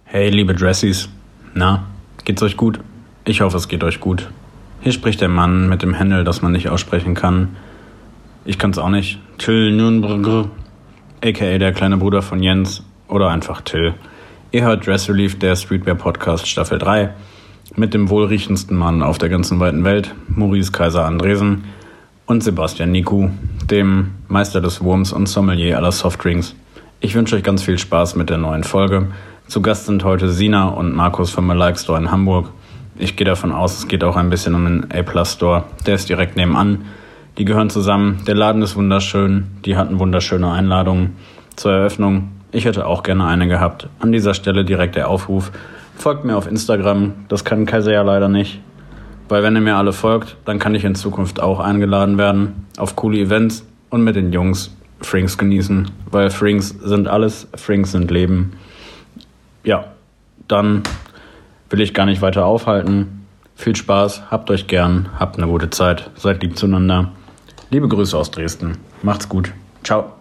Hey, liebe Dressies. Na, geht's euch gut? Ich hoffe, es geht euch gut. Hier spricht der Mann mit dem Handle, das man nicht aussprechen kann. Ich kann's auch nicht. Till Nürnberger, a.k.a. der kleine Bruder von Jens oder einfach Till. Ihr hört Dress Relief, der Streetwear Podcast Staffel 3 mit dem wohlriechendsten Mann auf der ganzen weiten Welt, Maurice Kaiser Andresen und Sebastian Niku, dem Meister des Wurms und Sommelier aller Softdrinks. Ich wünsche euch ganz viel Spaß mit der neuen Folge. Zu Gast sind heute Sina und Markus vom Alike Store in Hamburg. Ich gehe davon aus, es geht auch ein bisschen um den A-Plus Store. Der ist direkt nebenan. Die gehören zusammen. Der Laden ist wunderschön. Die hatten wunderschöne Einladungen zur Eröffnung. Ich hätte auch gerne eine gehabt. An dieser Stelle direkt der Aufruf. Folgt mir auf Instagram. Das kann Kaiser ja leider nicht. Weil wenn ihr mir alle folgt, dann kann ich in Zukunft auch eingeladen werden auf coole Events und mit den Jungs Frinks genießen. Weil Frinks sind alles. Frinks sind Leben. Ja, dann will ich gar nicht weiter aufhalten. Viel Spaß, habt euch gern, habt eine gute Zeit, seid lieb zueinander. Liebe Grüße aus Dresden. Macht's gut. Ciao.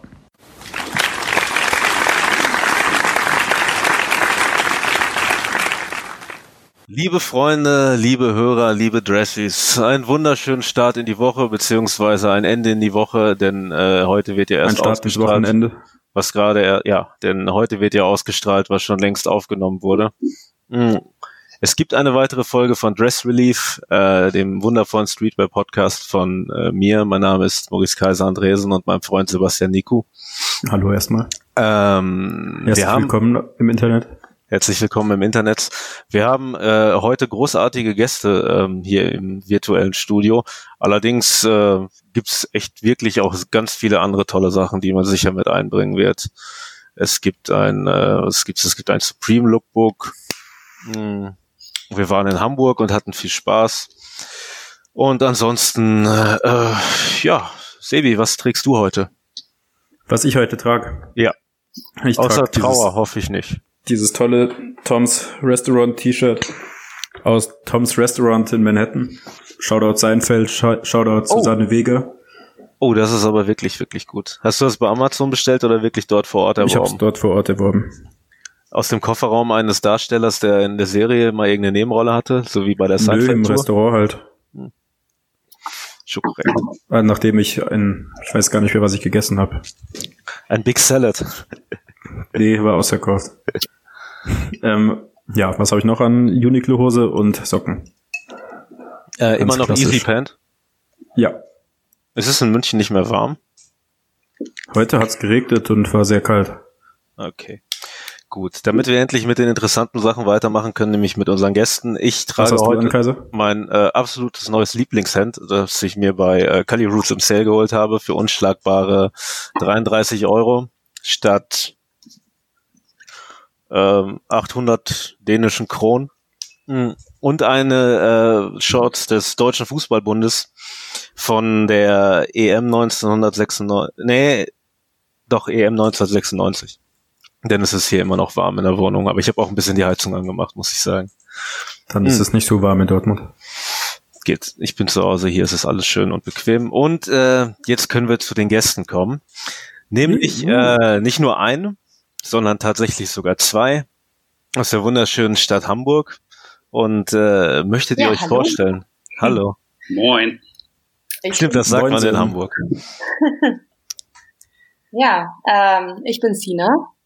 Liebe Freunde, liebe Hörer, liebe Dressies, einen wunderschönen Start in die Woche, beziehungsweise ein Ende in die Woche, denn heute wird ja erst ausgestrahlt. Wochenende. Was gerade, denn heute wird ja ausgestrahlt, was schon längst aufgenommen wurde. Es gibt eine weitere Folge von Dress Relief, dem wundervollen Streetwear-Podcast von mir. Mein Name ist Maurice Kaiser Andresen und meinem Freund Sebastian Niku. Hallo erstmal. Willkommen im Internet. Herzlich willkommen im Internet. Wir haben heute großartige Gäste hier im virtuellen Studio. Allerdings gibt's echt wirklich auch ganz viele andere tolle Sachen, die man sicher mit einbringen wird. Es gibt ein Supreme Lookbook. Wir waren in Hamburg und hatten viel Spaß. Und ansonsten, Sebi, was trägst du heute? Was ich heute trage? Ja. Außer Trauer, hoffe ich nicht. Dieses tolle Tom's Restaurant T-Shirt aus Tom's Restaurant in Manhattan. Shoutout Seinfeld, Shoutout Susanne Weger. Oh, das ist aber wirklich, wirklich gut. Hast du das bei Amazon bestellt oder wirklich dort vor Ort erworben? Ich habe es dort vor Ort erworben. Aus dem Kofferraum eines Darstellers, der in der Serie mal irgendeine Nebenrolle hatte, so wie bei der Seinfeld-Tour? Nö, im Restaurant halt. Schon korrekt. Nachdem ich weiß gar nicht mehr, was ich gegessen habe. Ein Big Salad. Nee, war ausverkauft. Was habe ich noch an? Uniqlo-Hose und Socken. Immer noch klassisch. Easy Pant? Ja. Ist es in München nicht mehr warm? Heute hat's geregnet und war sehr kalt. Okay. Gut, damit wir endlich mit den interessanten Sachen weitermachen können, nämlich mit unseren Gästen. Ich trage heute mein absolutes neues Lieblingshemd, das ich mir bei Cali Roots im Sale geholt habe, für unschlagbare 33 € statt 800 dänischen Kronen. Und eine Shorts des Deutschen Fußballbundes von der EM 1996. Denn es ist hier immer noch warm in der Wohnung, aber ich habe auch ein bisschen die Heizung angemacht, muss ich sagen. Dann ist es nicht so warm in Dortmund. Geht. Ich bin zu Hause, hier ist es alles schön und bequem. Und jetzt können wir zu den Gästen kommen. Nämlich nicht nur einen, sondern tatsächlich sogar zwei aus der wunderschönen Stadt Hamburg. Und möchtet ihr euch vorstellen? Hallo. Moin. Stimmt, das sagt man in Hamburg. Ich bin Sina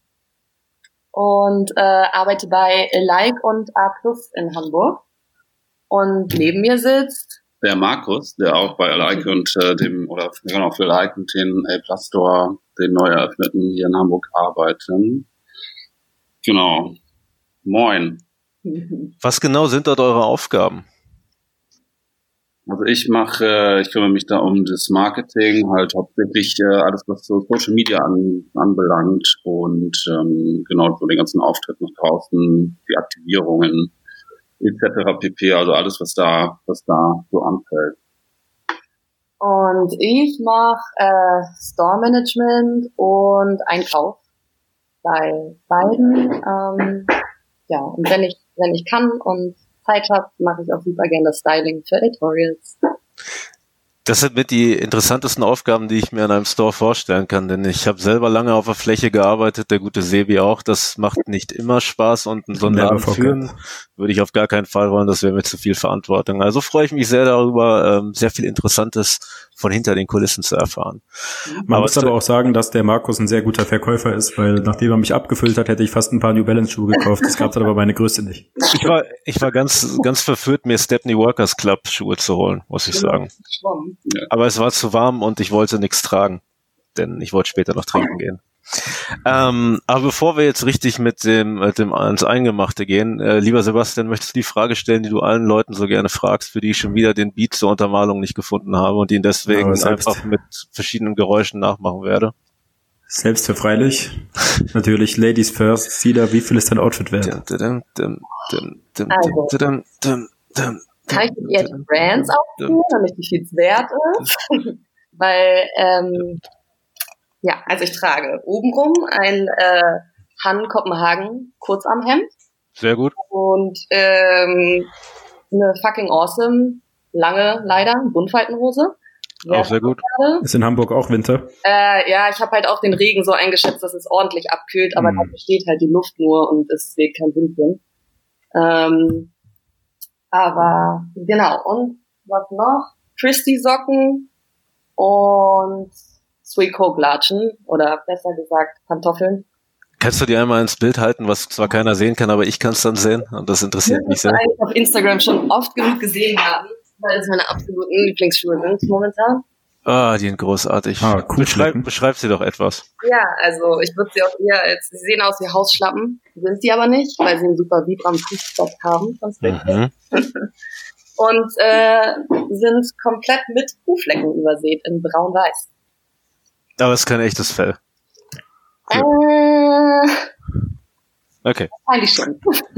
und arbeite bei Alike und A+ in Hamburg. Und neben mir sitzt der Markus, der auch bei Alike und für Alike und den A+ Store, den neu eröffneten, hier in Hamburg arbeiten. Genau. Moin. Was genau sind dort eure Aufgaben? Also ich kümmere mich da um das Marketing, halt hauptsächlich alles, was so Social Media anbelangt und genau so den ganzen Auftritt nach draußen, die Aktivierungen etc. pp. Also alles, was da so anfällt. und ich mache Store Management und Einkauf bei beiden. Und wenn ich kann und Zeit habe, mache ich auch super gerne das Styling für Editorials. Das sind mit die interessantesten Aufgaben, die ich mir in einem Store vorstellen kann, denn ich habe selber lange auf der Fläche gearbeitet, der gute Sebi auch, das macht nicht immer Spaß und so einen Laden führen würde ich auf gar keinen Fall wollen, das wäre mir zu viel Verantwortung. Also freue ich mich sehr darüber, sehr viel Interessantes von hinter den Kulissen zu erfahren. Man muss aber auch sagen, dass der Markus ein sehr guter Verkäufer ist, weil nachdem er mich abgefüllt hat, hätte ich fast ein paar New Balance Schuhe gekauft, das gab dann aber meine Größe nicht. Ich war ganz verführt, mir Stepney Workers Club Schuhe zu holen, muss ich sagen. Aber es war zu warm und ich wollte nichts tragen, denn ich wollte später noch trinken gehen. Aber bevor wir jetzt richtig mit dem ans Eingemachte gehen, lieber Sebastian, möchtest du die Frage stellen, die du allen Leuten so gerne fragst, für die ich schon wieder den Beat zur Untermalung nicht gefunden habe und ihn deswegen einfach mit verschiedenen Geräuschen nachmachen werde? Selbstverfreilich. Natürlich, Ladies first. Sida, wie viel ist dein Outfit wert? Kann ich jetzt Brands aufnehmen, damit die viel wert ist? Weil, also ich trage obenrum ein Han Kopenhagen Kurzarmhemd. Sehr gut. Und eine fucking awesome, lange, leider, Buntfaltenhose. Auch sehr gut. Ist in Hamburg auch Winter? Ja, ich habe halt auch den Regen so eingeschätzt, dass es ordentlich abkühlt, aber da besteht halt die Luft nur und es weht kein Wind drin. Aber genau, und was noch? Christy Socken und Sweet-Coke Latschen oder besser gesagt Pantoffeln. Kannst du die einmal ins Bild halten, was zwar keiner sehen kann, aber ich kann es dann sehen und das interessiert mich sehr. Das eigentlich auf Instagram schon oft genug gesehen haben, weil das meine absoluten Lieblingsschuhe sind momentan. Ah, die sind großartig. Cool. Beschreib sie doch etwas. Ja, also ich würde sie auch eher sie sehen aus wie Hausschlappen, sind sie aber nicht, weil sie einen super Vibram Fußstoff haben. Und sind komplett mit Kuhflecken übersät in braun-weiß. Aber es ist kein echtes Fell. Okay. Eigentlich schon.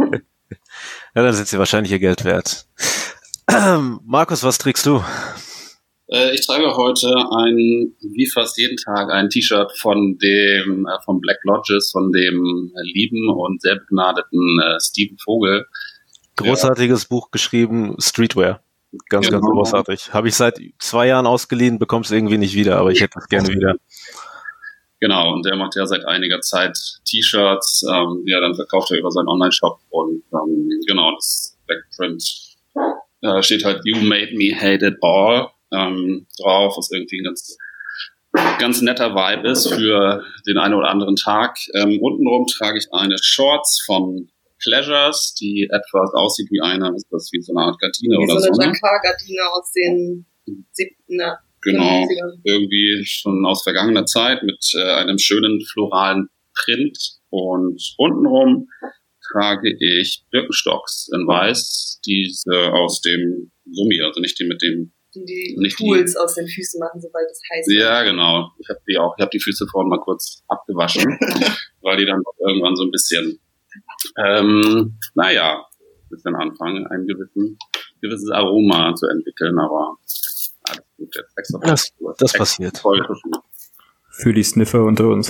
Ja, dann sind sie wahrscheinlich ihr Geld wert. Markus, was trägst du? Ich trage heute wie fast jeden Tag, ein T-Shirt von Black Lodges, von dem lieben und sehr begnadeten Steven Vogel. Großartiges Buch geschrieben, Streetwear. Ganz großartig. Habe ich seit 2 Jahren ausgeliehen, bekomme es irgendwie nicht wieder, aber ich hätte es gerne wieder. Genau, und der macht ja seit einiger Zeit T-Shirts, dann verkauft er über seinen Online-Shop und das Backprint steht halt You Made Me Hate It All drauf, was irgendwie ein ganz netter Vibe ist für den einen oder anderen Tag. Untenrum trage ich eine Shorts von Pleasures, die etwas aussieht wie wie so eine Art Gardine oder so. Wie so eine Jacquard-Gardine aus den 7. Genau, irgendwie schon aus vergangener Zeit mit einem schönen floralen Print. Und untenrum trage ich Birkenstocks in Weiß, diese aus dem Gummi, also nicht die mit dem... Die Pools aus den Füßen machen, sobald es heiß wird. Ja, genau. Ich habe die Füße vorhin mal kurz abgewaschen, weil die dann irgendwann so ein bisschen, ein bisschen anfangen, ein gewisses Aroma zu entwickeln, aber alles gut. Das passiert. Für die Sniffer unter uns.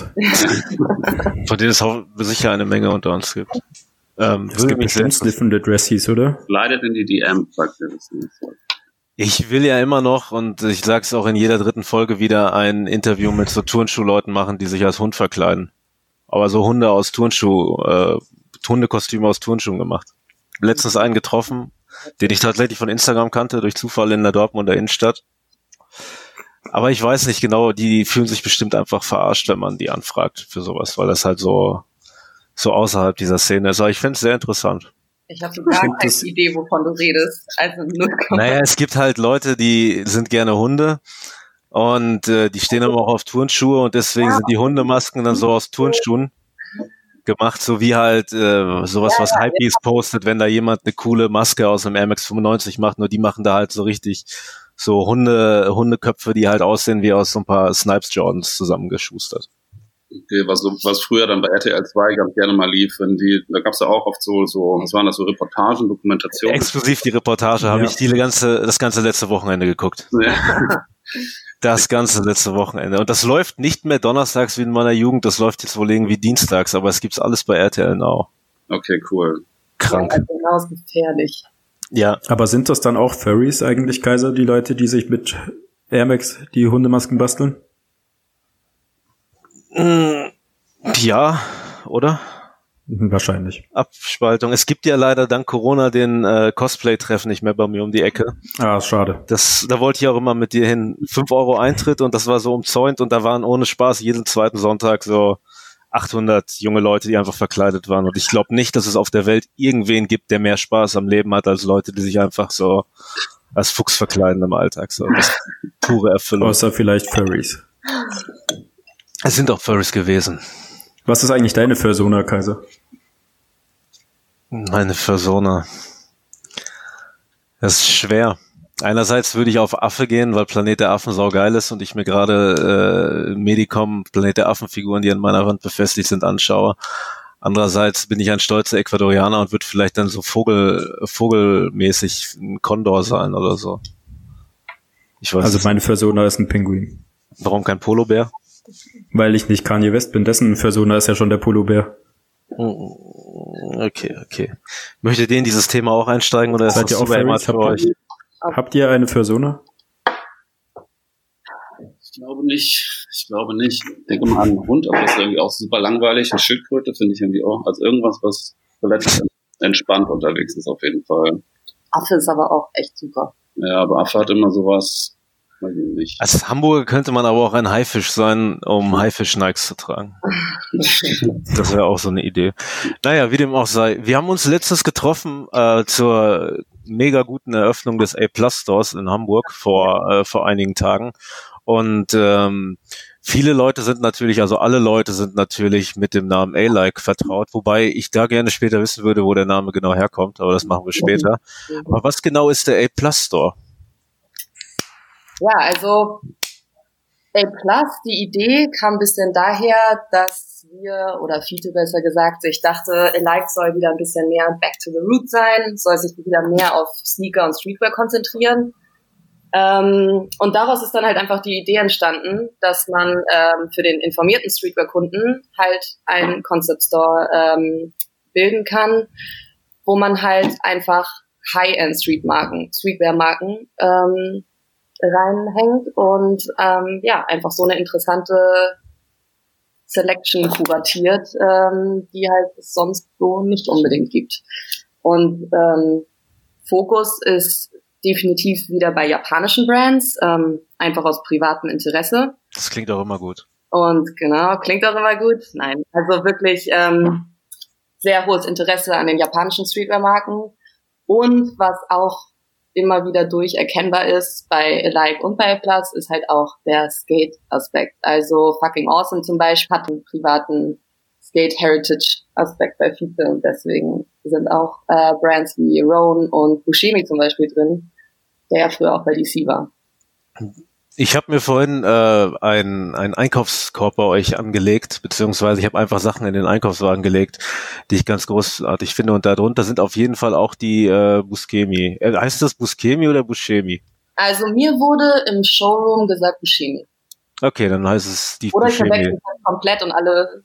Von denen es sicher eine Menge unter uns gibt. Es gibt bestimmt sniffende Dressies, oder? Leidet in die DM, sagt ihr das nicht. Ich will ja immer noch, und ich sag's auch in jeder 3. Folge wieder, ein Interview mit so Turnschuhleuten machen, die sich als Hund verkleiden. Aber so Hundekostüme aus Turnschuhen gemacht. Letztens einen getroffen, den ich tatsächlich von Instagram kannte, durch Zufall in der Dortmunder Innenstadt. Aber ich weiß nicht genau, die fühlen sich bestimmt einfach verarscht, wenn man die anfragt für sowas, weil das halt so außerhalb dieser Szene ist. Aber ich finde es sehr interessant. Ich habe so gar keine Idee, wovon du redest. Also Naja, es gibt halt Leute, die sind gerne Hunde und die stehen aber auch auf Turnschuhe und deswegen sind die Hundemasken dann so aus Turnschuhen gemacht, so wie halt sowas, was Hypebeast postet, wenn da jemand eine coole Maske aus einem Air Max 95 macht, nur die machen da halt so richtig so Hundeköpfe, die halt aussehen wie aus so ein paar Snipes Jordans zusammengeschustert. Okay, was früher dann bei RTL 2 ganz gerne mal lief, da gab's ja auch oft so, was waren das, so Reportagen, Dokumentationen? Exklusiv die Reportage habe ich das ganze letzte Wochenende geguckt. Ja. Das ganze letzte Wochenende. Und das läuft nicht mehr donnerstags wie in meiner Jugend, das läuft jetzt wohl irgendwie dienstags, aber es gibt's alles bei RTL Now. Okay, cool. Krank. Ja, genau, ist gefährlich. Ja. Aber sind das dann auch Furries eigentlich, Kaiser, die Leute, die sich mit Air Max die Hundemasken basteln? Ja, oder? Wahrscheinlich. Abspaltung. Es gibt ja leider dank Corona den Cosplay-Treffen nicht mehr bei mir um die Ecke. Ah, ist schade. Da wollte ich auch immer mit dir hin. 5 € Eintritt und das war so umzäunt und da waren ohne Spaß jeden zweiten Sonntag so 800 junge Leute, die einfach verkleidet waren. Und ich glaube nicht, dass es auf der Welt irgendwen gibt, der mehr Spaß am Leben hat als Leute, die sich einfach so als Fuchs verkleiden im Alltag. So, das ist pure Erfüllung. Außer vielleicht Furries. Es sind auch Furries gewesen. Was ist eigentlich deine Persona, Kaiser? Meine Persona. Das ist schwer. Einerseits würde ich auf Affe gehen, weil Planet der Affen saugeil ist und ich mir gerade Medicom Planet der Affen-Figuren, die an meiner Wand befestigt sind, anschaue. Andererseits bin ich ein stolzer Ecuadorianer und würde vielleicht dann so vogelmäßig ein Kondor sein oder so. Ich weiß also meine Persona ist ein Pinguin. Warum kein Polobär? Weil ich nicht Kanye West bin, dessen Persona ist ja schon der Polobär. Okay. Möchtet ihr in dieses Thema auch einsteigen oder ist Seid das ihr auch Furries? für euch? Habt ihr eine Persona? Ich glaube nicht. Ich denke mal an einen Hund, aber das ist irgendwie auch super langweilig. Eine Schildkröte finde ich irgendwie auch. Also irgendwas, was relativ entspannt unterwegs ist auf jeden Fall. Affe ist aber auch echt super. Ja, aber Affe hat immer sowas, weiß ich nicht. Als Hamburger könnte man aber auch ein Haifisch sein, um Haifisch-Nikes zu tragen. Das wäre auch so eine Idee. Naja, wie dem auch sei. Wir haben uns letztens getroffen zur mega guten Eröffnung des A-Plus-Stores in Hamburg vor einigen Tagen. Und viele Leute sind natürlich, also alle Leute sind natürlich mit dem Namen A-Like vertraut, wobei ich da gerne später wissen würde, wo der Name genau herkommt, aber das machen wir später. Aber was genau ist der A-Plus-Store? Ja, also A+, die Idee kam ein bisschen daher, dass wir, oder Fiete besser gesagt, ich dachte, A-Like soll wieder ein bisschen mehr back to the root sein, soll sich wieder mehr auf Sneaker und Streetwear konzentrieren. Und daraus ist dann halt einfach die Idee entstanden, dass man für den informierten Streetwear-Kunden halt einen Concept Store bilden kann, wo man halt einfach High-End Streetwear-Marken reinhängt und einfach so eine interessante Selection kuratiert, die halt es sonst so nicht unbedingt gibt. Und Fokus ist definitiv wieder bei japanischen Brands, einfach aus privatem Interesse. Das klingt auch immer gut. Und genau, klingt auch immer gut. Nein, also wirklich sehr hohes Interesse an den japanischen Streetwear-Marken. Und was auch immer wieder durcherkennbar ist bei A-Like und bei A+, ist halt auch der Skate-Aspekt. Also Fucking Awesome zum Beispiel hat einen privaten Skate-Heritage-Aspekt bei Fiete und deswegen sind auch Brands wie Roan und Buscemi zum Beispiel drin, der ja früher auch bei DC war. Ich habe mir vorhin einen Einkaufskorb bei euch angelegt, beziehungsweise ich habe einfach Sachen in den Einkaufswagen gelegt, die ich ganz großartig finde. Und darunter sind auf jeden Fall auch die Buscemi. Heißt das Buscemi oder Buscemi? Also mir wurde im Showroom gesagt Buscemi. Okay, dann heißt es die oder Buscemi. Oder ich verwechsel komplett und alle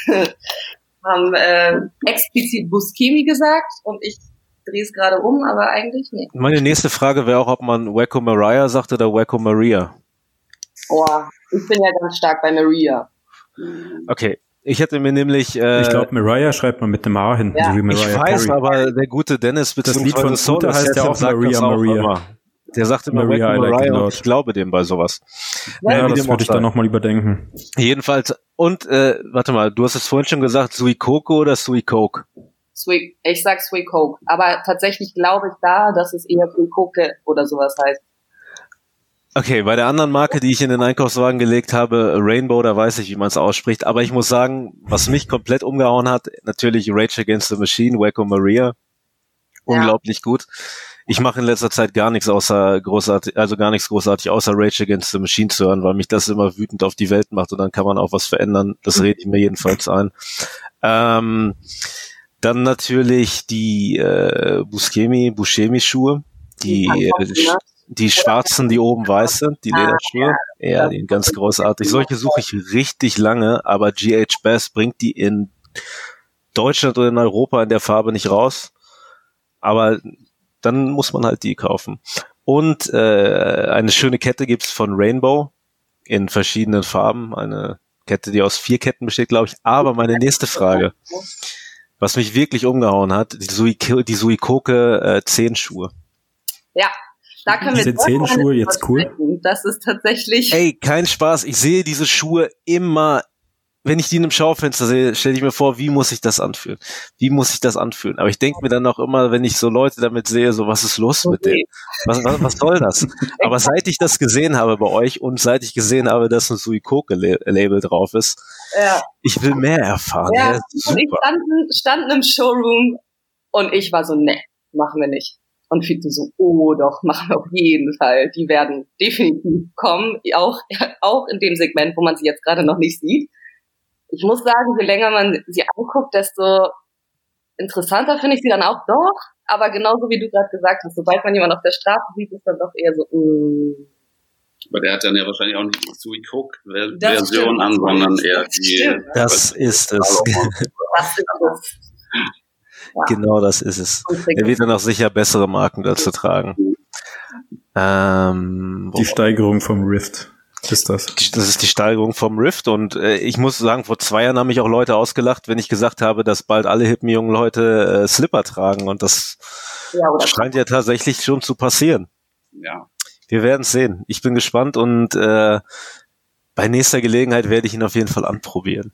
haben explizit Buscemi gesagt und ich drehe es gerade um, aber eigentlich nicht. Meine nächste Frage wäre auch, ob man Wacko Mariah sagt oder Wacko Maria. Oh, ich bin ja ganz stark bei Maria. Okay, ich hätte mir nämlich... ich glaube, Mariah schreibt man mit dem A hinten, ja. so wie Mariah Ich weiß, Carey. aber der gute Dennis, das Lied von Scooter heißt ja auch Maria. Der sagt immer Maria, Wacko like Mariah und ich glaube dem bei sowas. Ja, das würde ich dann nochmal überdenken. Jedenfalls, und warte mal, du hast es vorhin schon gesagt, Sui Coco oder Sui Coke? Ich sag Sui Coke, aber tatsächlich glaube ich dass es eher Sui Coke oder sowas heißt. Okay, bei der anderen Marke, die ich in den Einkaufswagen gelegt habe, Rainbow, da weiß ich, wie man es ausspricht, aber ich muss sagen, was mich komplett umgehauen hat, natürlich Rage Against the Machine, Wacko Maria, unglaublich gut. Ich mache in letzter Zeit gar nichts großartig außer Rage Against the Machine zu hören, weil mich das immer wütend auf die Welt macht und dann kann man auch was verändern, das rede ich mir jedenfalls ein. Dann natürlich die Buscemi-Schuhe, die schwarzen, die oben weiß sind, die Lederschuhe. Ja, die sind ganz großartig. Solche suche ich richtig lange, aber GH Bass bringt die in Deutschland oder in Europa in der Farbe nicht raus. Aber dann muss man halt die kaufen. Und eine schöne Kette gibt's von Rainbow in verschiedenen Farben. Eine Kette, die aus 4 Ketten besteht, glaube ich. Aber meine nächste Frage, was mich wirklich umgehauen hat, die Suikoke 10-Schuhe. Ja, da können wir diese 10-Schuhe jetzt cool. Das ist tatsächlich... Ey, kein Spaß. Ich sehe diese Schuhe immer, wenn ich die in einem Schaufenster sehe, stelle ich mir vor, wie muss sich das anfühlen? Wie muss sich das anfühlen? Aber ich denke mir dann auch immer, wenn ich so Leute damit sehe, so, was ist los mit denen? Was soll das? Aber seit ich das gesehen habe bei euch und seit ich gesehen habe, dass ein Suikoke-Label drauf ist, ich will mehr erfahren. Ja, und ich standen im Showroom und ich war so, ne, machen wir nicht. Und Fiete so, oh doch, machen wir auf jeden Fall. Die werden definitiv kommen, auch in dem Segment, wo man sie jetzt gerade noch nicht sieht. Ich muss sagen, je länger man sie anguckt, desto interessanter finde ich sie dann auch doch. Aber genauso wie du gerade gesagt hast, sobald man jemanden auf der Straße sieht, ist dann doch eher so, Aber der hat dann ja wahrscheinlich auch nicht die Suikoke-Version an, sondern eher die... Das ist es. Das ist es. Ja. Genau, das ist es. Er wird dann auch sicher bessere Marken dazu tragen. Die Steigerung vom Rift ist das. Das ist die Steigerung vom Rift und ich muss sagen, vor 2 Jahren haben mich auch Leute ausgelacht, wenn ich gesagt habe, dass bald alle hippen jungen Leute Slipper tragen und das scheint ja tatsächlich schon zu passieren. Ja. Wir werden es sehen. Ich bin gespannt und bei nächster Gelegenheit werde ich ihn auf jeden Fall anprobieren.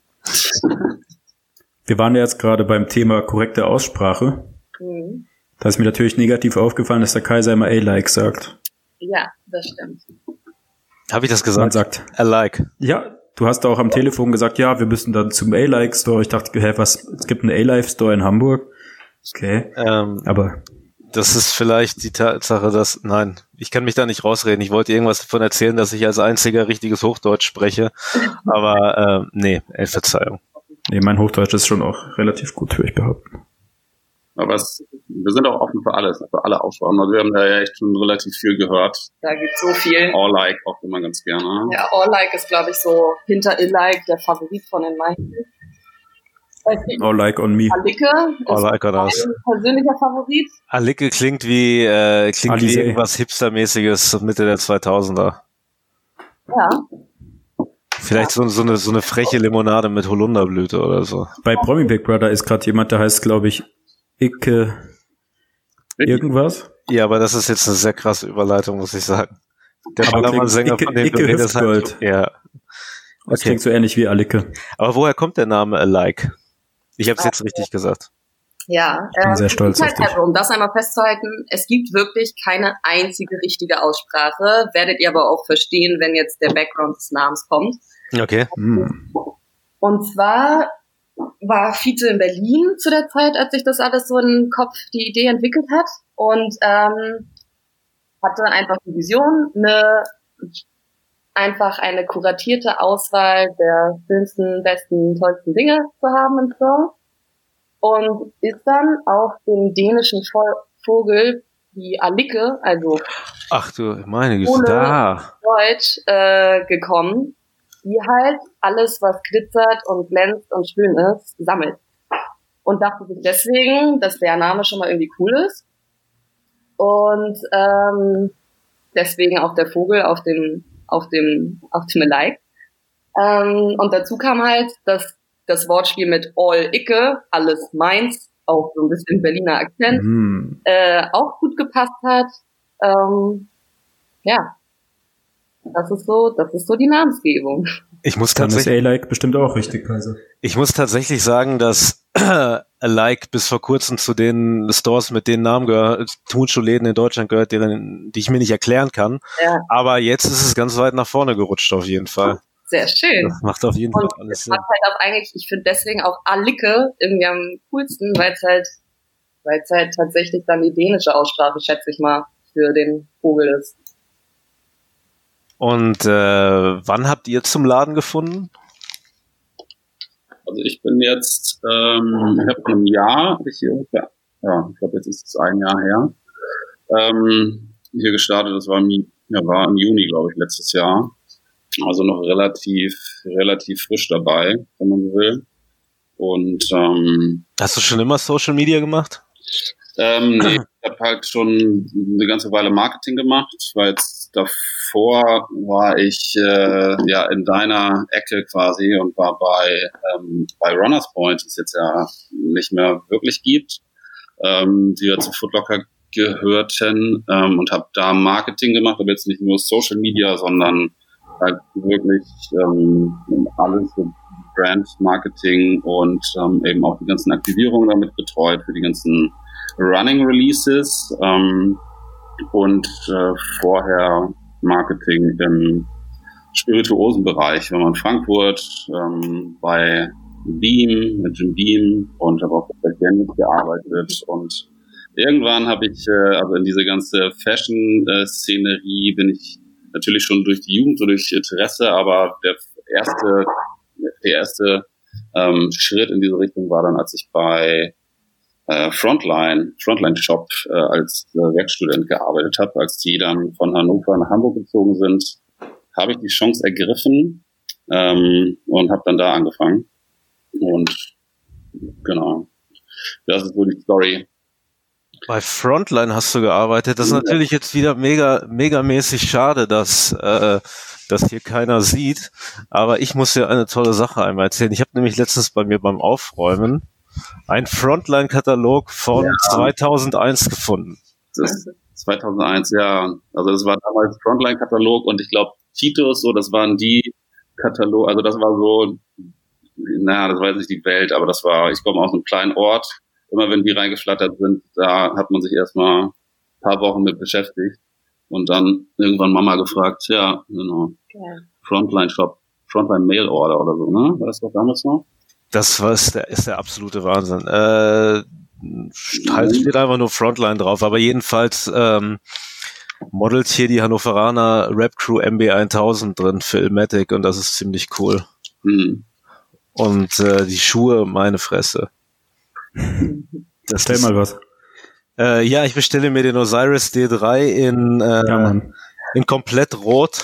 Wir waren ja jetzt gerade beim Thema korrekte Aussprache. Mhm. Da ist mir natürlich negativ aufgefallen, dass der Kaiser immer A-like sagt. Ja, das stimmt. Habe ich das gesagt? Man sagt A-like. Ja, du hast auch am Telefon gesagt, ja, wir müssen dann zum A-like Store. Ich dachte, es gibt einen A-Life Store in Hamburg. Okay, aber... Das ist vielleicht die Tatsache, dass... Nein, ich kann mich da nicht rausreden. Ich wollte irgendwas davon erzählen, dass ich als einziger richtiges Hochdeutsch spreche. Aber nee, Verzeihung. Nee, mein Hochdeutsch ist schon auch relativ gut, würde ich behaupten. Aber wir sind auch offen für alles, für alle Aussprachen. Also wir haben da ja echt schon relativ viel gehört. Da gibt's so viel. All-like auch immer ganz gerne. Ja, All-like ist, glaube ich, so hinter Ill-like der Favorit von den meisten. All-like on me. Alike All-like on us. Mein persönlicher Favorit. Alike klingt wie irgendwas Hipstermäßiges Mitte der 2000er. Ja. Vielleicht so eine freche Limonade mit Holunderblüte oder so. Bei Promi Big Brother ist gerade jemand, der heißt, glaube ich, Icke irgendwas. Ja, aber das ist jetzt eine sehr krasse Überleitung, muss ich sagen. Der Ballermann-Sänger, von dem du redest, halt, ja. Das klingt so ähnlich wie Alike. Aber woher kommt der Name Alike? Ich habe es jetzt richtig gesagt. Ja, ich bin sehr stolz auf dich. Also, um das einmal festzuhalten, es gibt wirklich keine einzige richtige Aussprache. Werdet ihr aber auch verstehen, wenn jetzt der Background des Namens kommt. Okay. Und zwar war Fiete in Berlin zu der Zeit, als sich das alles so im Kopf die Idee entwickelt hat und hatte einfach die Vision, eine kuratierte Auswahl der schönsten, besten, tollsten Dinge zu haben im Store. Und ist dann auf den dänischen Vogel, die Alike, also ach du meine Güte, da Deutsch, gekommen, die halt alles, was glitzert und glänzt und schön ist, sammelt. Und dachte sich deswegen, dass der Name schon mal irgendwie cool ist. Und deswegen auch der Vogel auf dem Alike. Und dazu kam halt, dass das Wortspiel mit all Icke, alles meins, auch so ein bisschen Berliner Akzent, auch gut gepasst hat. Ja, das ist so die Namensgebung. Dann ist A-like bestimmt auch richtig, Kaiser. Ich muss tatsächlich sagen, dass Alike bis vor kurzem zu den Stores mit den Namen gehört, Turnschuhläden in Deutschland gehört, die ich mir nicht erklären kann. Ja. Aber jetzt ist es ganz weit nach vorne gerutscht auf jeden Fall. Sehr schön. Das macht auf jeden Fall alles Sinn. Halt auch eigentlich, ich finde deswegen auch Alike irgendwie am coolsten, weil es halt tatsächlich dann die dänische Aussprache, schätze ich mal, für den Vogel ist. Und wann habt ihr zum Laden gefunden? Also ich bin jetzt, ich habe vor einem Jahr, ich glaube jetzt ist es 1 Jahr her, hier gestartet. Das war im Juni, glaube ich, letztes Jahr. Also noch relativ frisch dabei, wenn man so will. Und hast du schon immer Social Media gemacht? Nee, ich habe halt schon eine ganze Weile Marketing gemacht. Davor war ich in deiner Ecke quasi und war bei Runners Point, die es jetzt ja nicht mehr wirklich gibt, die ja zu Foot Locker gehörten, und habe da Marketing gemacht, aber jetzt nicht nur Social Media, sondern halt wirklich alles so Brand Marketing und eben auch die ganzen Aktivierungen damit betreut für die ganzen Running Releases und vorher Marketing im spirituosen Bereich. Wir waren in Frankfurt bei Beam, mit Jim Beam, und habe auch bei Gambit gearbeitet, und irgendwann habe ich, also in diese ganze Fashion-Szenerie bin ich natürlich schon durch die Jugend und durch Interesse, aber der erste Schritt in diese Richtung war dann, als ich bei Frontline Shop als Werkstudent gearbeitet habe. Als die dann von Hannover nach Hamburg gezogen sind, habe ich die Chance ergriffen und habe dann da angefangen. Und genau, das ist wohl die Story. Bei Frontline hast du gearbeitet. Das ist natürlich jetzt wieder megamäßig schade, dass das hier keiner sieht. Aber ich muss dir eine tolle Sache einmal erzählen. Ich habe nämlich letztens bei mir beim Aufräumen einen Frontline-Katalog von 2001 gefunden. Das ist 2001, ja. Also das war damals Frontline-Katalog, und ich glaube Titus, so, das waren die Katalog, also das war so, das war jetzt nicht die Welt, aber das war, ich komme aus einem kleinen Ort. Immer wenn die reingeflattert sind, da hat man sich erstmal ein paar Wochen mit beschäftigt und dann irgendwann Mama gefragt, ja, genau, Frontline Shop, Frontline Mail Order oder so, ne? War das doch damals noch? Das ist der absolute Wahnsinn. Halt steht einfach nur Frontline drauf, aber jedenfalls modelt hier die Hannoveraner Rap Crew MB1000 drin für Illmatic, und das ist ziemlich cool. Mhm. Und die Schuhe, meine Fresse. Bestell mal was. Ja, ich bestelle mir den Osiris D3 in komplett rot.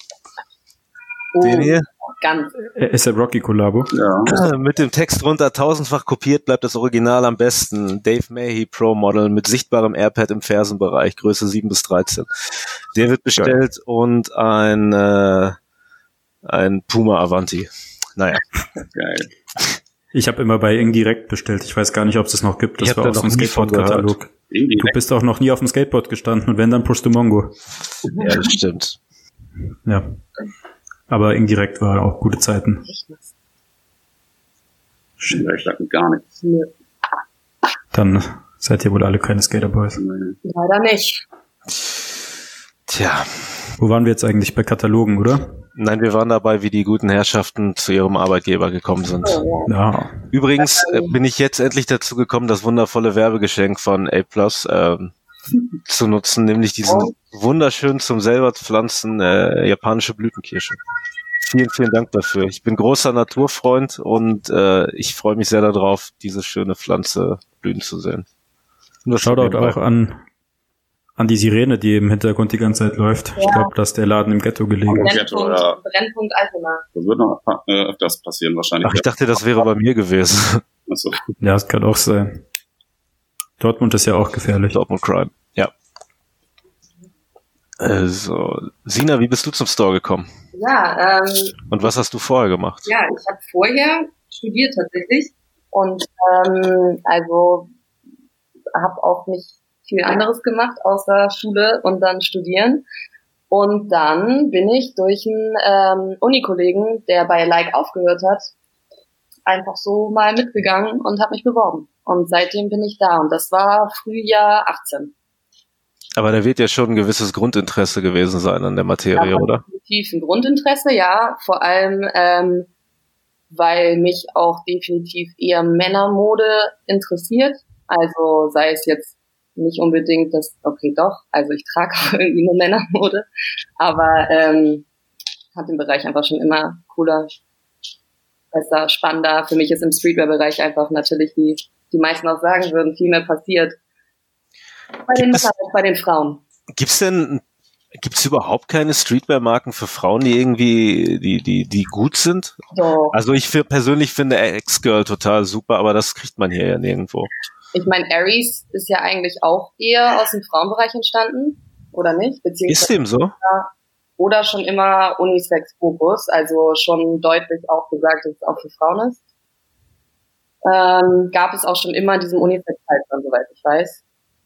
Den hier. Ganz. Ist der Rocky-Kollabo? Ja. Mit dem Text drunter: 1000-fach kopiert bleibt das Original am besten. Dave Mahey Pro Model mit sichtbarem Airpad im Fersenbereich, Größe 7-13. Der wird bestellt. Geil. Und ein Puma Avanti. Naja. Geil. Ich habe immer bei Indirekt bestellt. Ich weiß gar nicht, ob es das noch gibt. Das war auch so ein Skateboard-Katalog. Du bist auch noch nie auf dem Skateboard gestanden, und wenn, dann pushst du Mongo. Ja, das stimmt. Ja. Aber Indirekt war auch gute Zeiten. Ich sag gar nichts. Dann seid ihr wohl alle keine Skaterboys. Leider nicht. Tja. Wo waren wir jetzt eigentlich? Bei Katalogen, oder? Nein, wir waren dabei, wie die guten Herrschaften zu ihrem Arbeitgeber gekommen sind. Ja. Übrigens bin ich jetzt endlich dazu gekommen, das wundervolle Werbegeschenk von A+ zu nutzen, nämlich diesen wunderschön zum selber pflanzen japanische Blütenkirsche. Vielen, vielen Dank dafür. Ich bin großer Naturfreund, und ich freue mich sehr darauf, diese schöne Pflanze blühen zu sehen. Shoutout auch an die Sirene, die im Hintergrund die ganze Zeit läuft. Ja. Ich glaube, dass der Laden im Ghetto gelegen ist. Brennpunkt Altona. Das wird noch öfters passieren wahrscheinlich. Ach, ich dachte, das wäre bei mir gewesen. Achso. Ja, das kann auch sein. Dortmund ist ja auch gefährlich. Dortmund Crime, ja. Also, Sina, wie bist du zum Store gekommen? Ja, und was hast du vorher gemacht? Ja, ich habe vorher studiert tatsächlich, und also habe auch nicht viel anderes gemacht, außer Schule und dann studieren. Und dann bin ich durch einen Unikollegen, der bei Like aufgehört hat, einfach so mal mitgegangen und habe mich beworben. Und seitdem bin ich da. Und das war Frühjahr 18. Aber da wird ja schon ein gewisses Grundinteresse gewesen sein an der Materie, oder? Definitiv ein Grundinteresse, ja. Vor allem, weil mich auch definitiv eher Männermode interessiert. Also sei es jetzt nicht unbedingt das, okay doch, also ich trage auch irgendwie eine Männermode, aber hat den Bereich einfach schon immer cooler, besser, spannender. Für mich ist im Streetwear-Bereich einfach natürlich, wie die meisten auch sagen würden, viel mehr passiert. Bei den Männern als bei den Frauen. Gibt's überhaupt keine Streetwear-Marken für Frauen, die irgendwie, die gut sind? Doch. Also ich persönlich finde X-Girl total super, aber das kriegt man hier ja nirgendwo. Ich meine, Aries ist ja eigentlich auch eher aus dem Frauenbereich entstanden, oder nicht? Ist dem so? Oder schon immer Unisex-Fokus, also schon deutlich auch gesagt, dass es auch für Frauen ist. Gab es auch schon immer in diesem Unisex-Zeitraum, soweit ich weiß.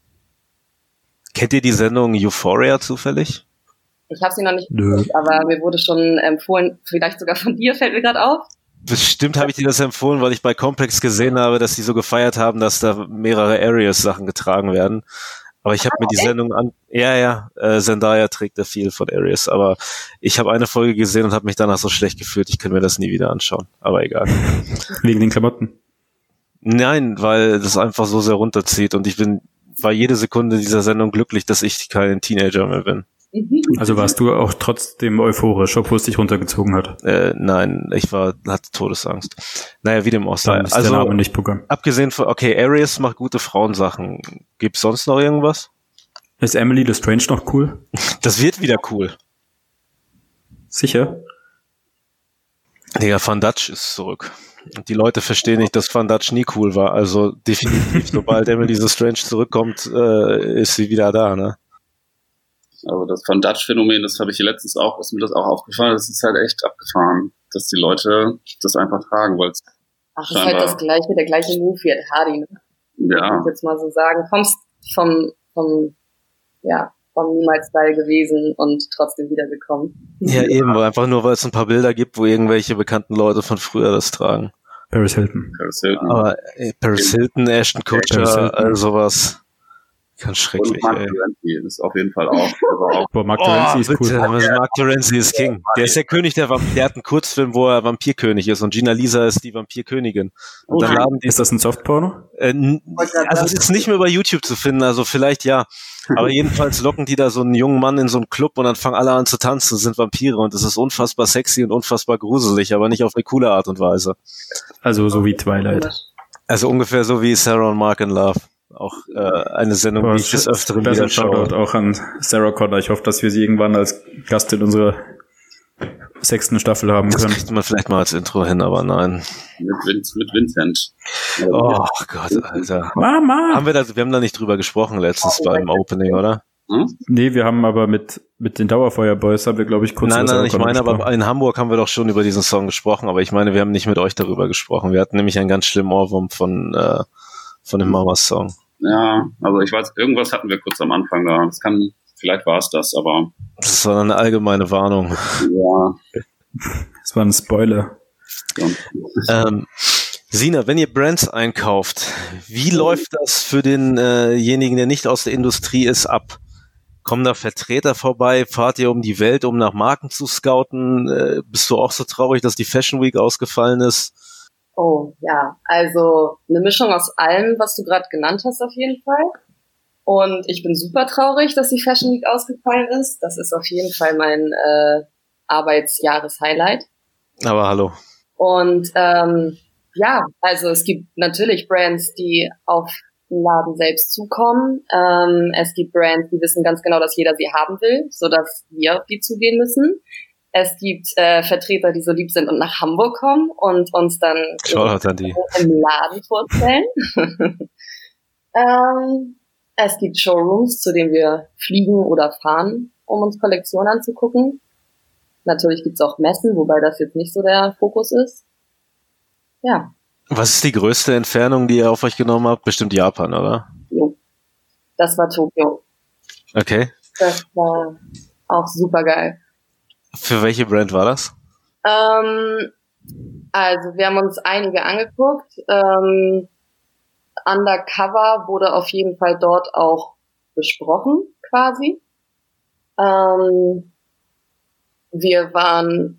Kennt ihr die Sendung Euphoria zufällig? Ich habe sie noch nicht geguckt, aber mir wurde schon empfohlen, vielleicht sogar von dir, fällt mir gerade auf. Bestimmt habe ich dir das empfohlen, weil ich bei Complex gesehen habe, dass die so gefeiert haben, dass da mehrere Aries-Sachen getragen werden. Aber ich habe mir die Sendung Zendaya trägt da viel von Aries, aber ich habe eine Folge gesehen und habe mich danach so schlecht gefühlt, ich kann mir das nie wieder anschauen. Aber egal. Wegen den Klamotten? Nein, weil das einfach so sehr runterzieht und war jede Sekunde dieser Sendung glücklich, dass ich kein Teenager mehr bin. Also warst du auch trotzdem euphorisch, obwohl es dich runtergezogen hat? Nein, hatte Todesangst. Naja, wie dem auch sei. Also, der Name nicht Programm. Abgesehen von, okay, Aries macht gute Frauensachen. Gibt's sonst noch irgendwas? Ist Emily Lestrange noch cool? Das wird wieder cool. Sicher? Digga, Van Dutch ist zurück. Und die Leute verstehen nicht, dass Van Dutch nie cool war. Also definitiv, sobald Emily Lestrange zurückkommt, ist sie wieder da, ne? Also das Van Dutch-Phänomen, das habe ich hier letztens auch, ist mir das auch aufgefallen, das ist halt echt abgefahren, dass die Leute das einfach tragen, weil es das ist halt der gleiche Move wie Ed Hardy, ne? Ja. Ich jetzt mal so sagen, kommst vom Niemals-Style gewesen und trotzdem wiedergekommen. Ja, eben, einfach nur, weil es ein paar Bilder gibt, wo irgendwelche bekannten Leute von früher das tragen. Paris Hilton. Aber Paris Hilton, Ashton Kutcher, all sowas. Ganz schrecklich, und Mark Terenzi ist auf jeden Fall auch. Boah, Mark Terenzi ist bitte, cool. Mark Terenzi ist King. Der ist der König der Vampire. Der hat einen Kurzfilm, wo er Vampirkönig ist und Gina Lisa ist die Vampirkönigin. Und dann laden die. Ist das ein Softporno? Also es ist nicht mehr über YouTube zu finden, also vielleicht ja. Aber jedenfalls locken die da so einen jungen Mann in so einen Club und dann fangen alle an zu tanzen, sind Vampire und es ist unfassbar sexy und unfassbar gruselig, aber nicht auf eine coole Art und Weise. Also so wie Twilight. Also ungefähr so wie Sarah und Mark in Love. Auch eine Sendung, die ich des Öfteren wieder schaue. Shoutout auch an Sarah Connor. Ich hoffe, dass wir sie irgendwann als Gast in unserer 6. Staffel haben können. Das kriegt man vielleicht mal als Intro hin, aber nein. Mit Vincent. Oh Gott, Alter. Mama! Wir haben da nicht drüber gesprochen letztens beim Opening, oder? Nee, wir haben aber mit den Dauerfeuer-Boys haben wir, glaube ich, kurz Nein, ich meine, aber in Hamburg haben wir doch schon über diesen Song gesprochen, aber ich meine, wir haben nicht mit euch darüber gesprochen. Wir hatten nämlich einen ganz schlimmen Ohrwurm von dem Mamas-Song. Ja, also ich weiß, irgendwas hatten wir kurz am Anfang da. Vielleicht war es das, aber. Das war eine allgemeine Warnung. Ja. Das war ein Spoiler. Sina, wenn ihr Brands einkauft, wie läuft das für denjenigen, der nicht aus der Industrie ist, ab? Kommen da Vertreter vorbei? Fahrt ihr um die Welt, um nach Marken zu scouten? Bist du auch so traurig, dass die Fashion Week ausgefallen ist? Oh, ja. Also eine Mischung aus allem, was du gerade genannt hast, auf jeden Fall. Und ich bin super traurig, dass die Fashion Week ausgefallen ist. Das ist auf jeden Fall mein Arbeitsjahres-Highlight. Aber hallo. Und also es gibt natürlich Brands, die auf den Laden selbst zukommen. Es gibt Brands, die wissen ganz genau, dass jeder sie haben will, sodass wir auf die zugehen müssen. Es gibt Vertreter, die so lieb sind und nach Hamburg kommen und uns dann im Laden vorstellen. Es gibt Showrooms, zu denen wir fliegen oder fahren, um uns Kollektionen anzugucken. Natürlich gibt's auch Messen, wobei das jetzt nicht so der Fokus ist. Ja. Was ist die größte Entfernung, die ihr auf euch genommen habt? Bestimmt Japan, oder? Jo. Das war Tokio. Okay. Das war auch super geil. Für welche Brand war das? Also wir haben uns einige angeguckt. Undercover wurde auf jeden Fall dort auch besprochen, quasi. Wir waren,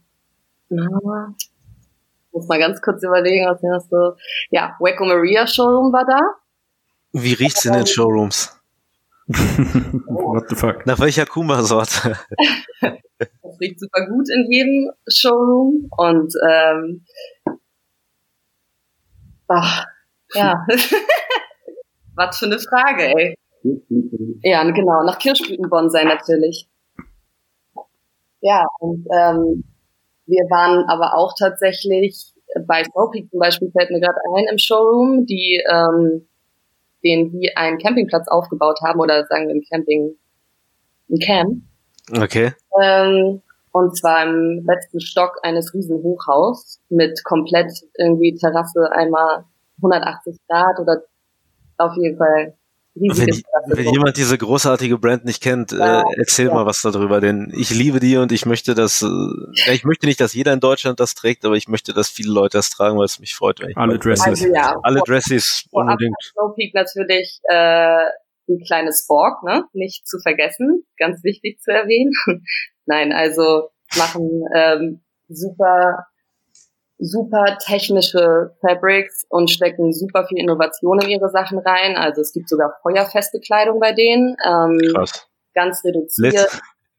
muss mal ganz kurz überlegen, was wir so. Ja, Wacko Maria Showroom war da. Wie riecht's in den Showrooms? What the fuck? Nach welcher Kuma-Sorte? Das riecht super gut in jedem Showroom und ja. Was für eine Frage, ey. Ja, genau, nach Kirschblütenbonsai natürlich. Ja, und wir waren aber auch tatsächlich bei Snowpeak zum Beispiel, fällt mir gerade ein, im Showroom, die den wie einen Campingplatz aufgebaut haben oder sagen wir ein Camp. Okay. Und zwar im letzten Stock eines riesen Hochhaus mit komplett irgendwie Terrasse einmal 180 Grad oder auf jeden Fall riesiges Terrasse. Wenn jemand diese großartige Brand nicht kennt, erzähl mal was darüber, denn ich liebe die und ich möchte ich möchte nicht, dass jeder in Deutschland das trägt, aber ich möchte, dass viele Leute das tragen, weil es mich freut. Alle Dresses. Also, alle Dresses unbedingt. Snow Peak natürlich die kleine Spork, ne? Nicht zu vergessen, ganz wichtig zu erwähnen. Nein, also machen super technische Fabrics und stecken super viel Innovation in ihre Sachen rein. Also es gibt sogar feuerfeste Kleidung bei denen. Krass. Ganz reduziert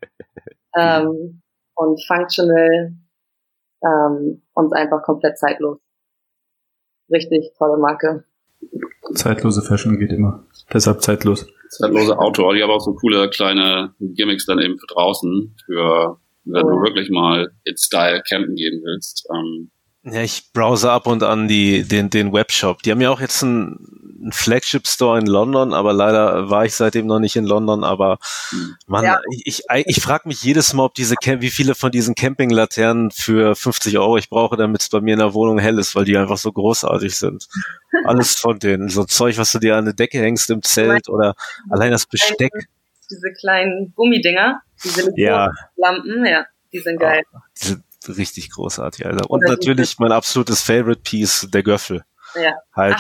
und functional und einfach komplett zeitlos. Richtig tolle Marke. Zeitlose Fashion geht immer. Deshalb zeitlos. Zeitlose Outdoor. Die haben auch so coole kleine Gimmicks dann eben für draußen, für wenn du wirklich mal in Style campen gehen willst. Ja, ich browse ab und an den Webshop. Die haben ja auch jetzt einen Flagship-Store in London, aber leider war ich seitdem noch nicht in London. Aber man, ich frage mich jedes Mal, ob wie viele von diesen Campinglaternen für 50 € ich brauche, damit es bei mir in der Wohnung hell ist, weil die einfach so großartig sind. Alles von denen. So Zeug, was du dir an eine Decke hängst im Zelt oder allein das Besteck. Diese kleinen Gummidinger, diese Lampen, die sind geil. Die sind richtig großartig, Alter. Und natürlich mein absolutes Favorite Piece, der Göffel. Ja. Halt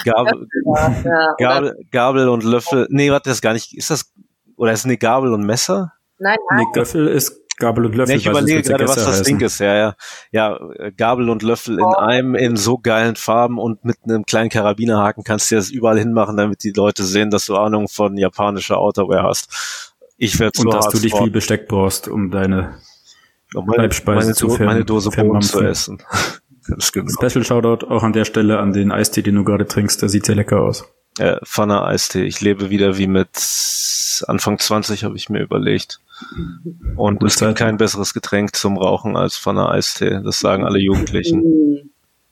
Gabel und Löffel. Nee, warte, das ist gar nicht. Ist das, oder ist es eine Gabel und Messer? Nein. Nee, Göffel ist Gabel und Löffel. Nee, ich überlege gerade, was das Ding ist. Ja, Gabel und Löffel in einem, in so geilen Farben und mit einem kleinen Karabinerhaken kannst du das überall hinmachen, damit die Leute sehen, dass du Ahnung von japanischer Outerwear hast. Ich werde so und dass du dich viel Besteck brauchst, um deine Leibspeise meine Dose Bohnen zu essen. Genau. Special Shoutout auch an der Stelle an den Eistee, den du gerade trinkst. Der sieht sehr lecker aus. Pfanne Eistee. Ich lebe wieder wie mit Anfang 20, habe ich mir überlegt. Und es gibt kein besseres Getränk zum Rauchen als Pfanne Eistee. Das sagen alle Jugendlichen.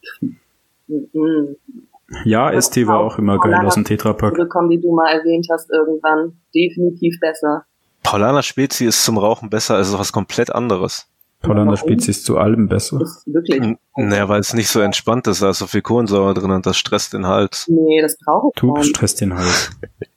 Ja, Eistee war auch immer geil aus dem Tetrapack. Die du mal erwähnt hast irgendwann. Definitiv besser. Paulaner Spezi ist zum Rauchen besser, also was komplett anderes. Paulaner Spezi ist zu allem besser. Wirklich? Naja, weil es nicht so entspannt ist, da ist so viel Kohlensäure drin und das stresst den Hals. Nee, das brauche ich nicht. Stresst den Hals.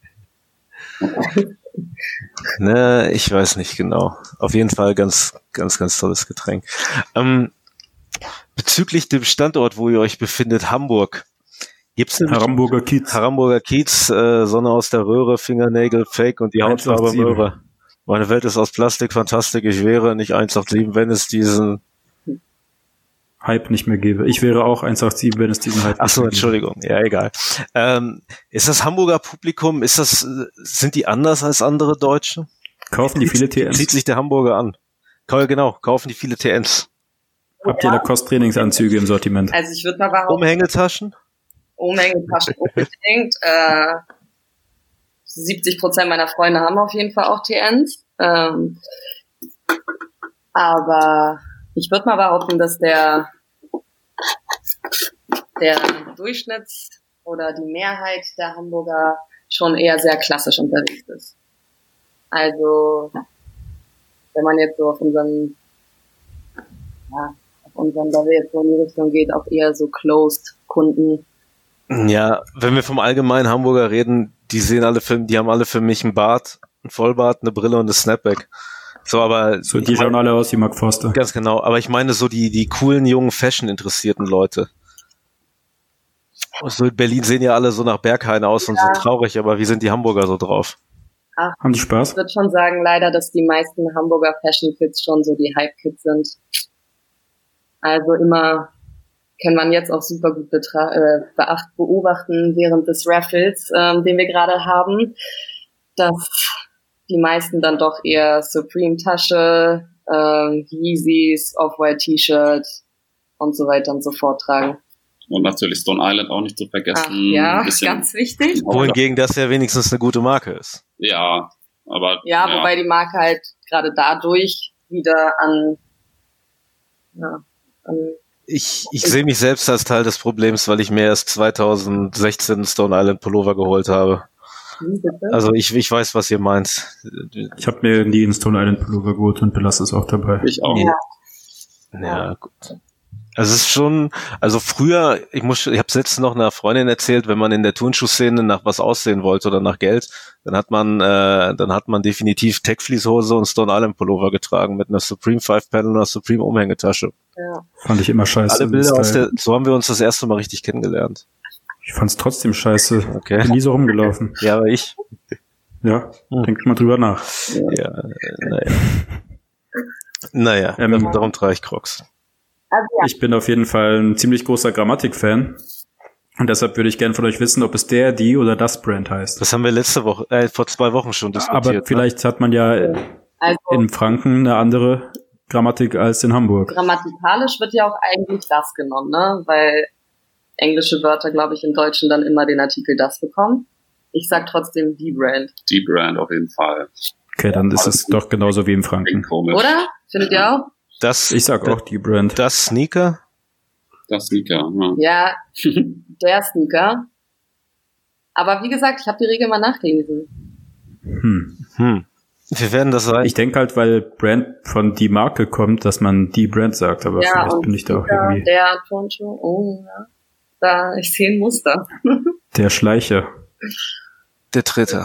Ne, ich weiß nicht genau. Auf jeden Fall ganz tolles Getränk. Bezüglich dem Standort, wo ihr euch befindet, Hamburg. Gibt's denn Hamburger Kiez, Sonne aus der Röhre, Fingernägel, Fake und die Hautfarbe Möhre. Meine Welt ist aus Plastik, Fantastik. Ich wäre nicht 187, wenn es diesen Hype nicht mehr gäbe. Ich wäre auch 187, wenn es diesen Hype nicht mehr gäbe. Entschuldigung. Ja, egal. Ist das Hamburger Publikum, sind die anders als andere Deutsche? Kaufen die viele TNs? Zieht sich der Hamburger an. Genau, kaufen die viele TNs. Habt ihr Lacoste-Trainingsanzüge im Sortiment? Also ich würde mal behaupten. Umhängetaschen unbedingt. 70% meiner Freunde haben auf jeden Fall auch TNs. Aber ich würde mal behaupten, dass der Durchschnitts- oder die Mehrheit der Hamburger schon eher sehr klassisch unterwegs ist. Also, wenn man jetzt so auf unseren, da wir jetzt so in die Richtung geht, auch eher so Closed-Kunden. Ja, wenn wir vom allgemeinen Hamburger reden, die haben alle für mich einen Bart, einen Vollbart, eine Brille und eine Snapback. So, aber. So, die schauen alle aus wie Mark Forster. Ganz genau. Aber ich meine so die coolen, jungen, fashion-interessierten Leute. So in Berlin sehen ja alle so nach Berghain aus und so traurig, aber wie sind die Hamburger so drauf? Haben die Spaß? Ich würde schon sagen, leider, dass die meisten Hamburger Fashion-Kids schon so die Hype-Kids sind. Also immer kann man jetzt auch super gut beobachten während des Raffles, den wir gerade haben, dass die meisten dann doch eher Supreme-Tasche, Yeezys, Off-White T-Shirt und so weiter und so fort tragen. Und natürlich Stone Island auch nicht zu vergessen. Ja, ganz wichtig. Wohingegen das ja wenigstens eine gute Marke ist. Ja, aber... Ja, wobei die Marke halt gerade dadurch wieder Ich sehe mich selbst als Teil des Problems, weil ich mir erst 2016 Stone Island Pullover geholt habe. Also ich weiß, was ihr meint. Ich habe mir nie einen Stone Island Pullover geholt und belasse es auch dabei. Ich auch. Ja, gut. Also es ist schon, also früher, ich habe es letztens noch einer Freundin erzählt, wenn man in der Turnschuhszene nach was aussehen wollte oder nach Geld, dann hat man definitiv Tech-Fleece-Hose und Stone Island Pullover getragen mit einer Supreme 5-Panel und einer Supreme Umhängetasche. Ja. Fand ich immer scheiße. Alle Bilder so haben wir uns das erste Mal richtig kennengelernt. Ich fand's trotzdem scheiße. Okay. Bin nie so rumgelaufen. Ja, aber ich. Ja, denk mal drüber nach. Ja, naja, darum trage ich Crocs. Also, ja. Ich bin auf jeden Fall ein ziemlich großer Grammatik-Fan. Und deshalb würde ich gerne von euch wissen, ob es die oder das Brand heißt. Das haben wir vor 2 Wochen schon diskutiert. Aber vielleicht hat man ja in Franken eine andere Grammatik als in Hamburg. Grammatikalisch wird ja auch eigentlich das genommen, ne? Weil englische Wörter, glaube ich, im Deutschen dann immer den Artikel das bekommen. Ich sag trotzdem die Brand. Die Brand auf jeden Fall. Okay, dann ist es doch genauso wie in Franken. Oder? Findet ihr auch? Ich sag auch die Brand. Das Sneaker? Das Sneaker, ja. Ja, der Sneaker. Aber wie gesagt, ich habe die Regel mal nachgelesen. Wir werden das sein. Ich denke halt, weil Brand von die Marke kommt, dass man die Brand sagt, aber ja, vielleicht bin ich da auch irgendwie... Der Turnschuh, ich sehe ein Muster. Der Schleicher. Der Dritte.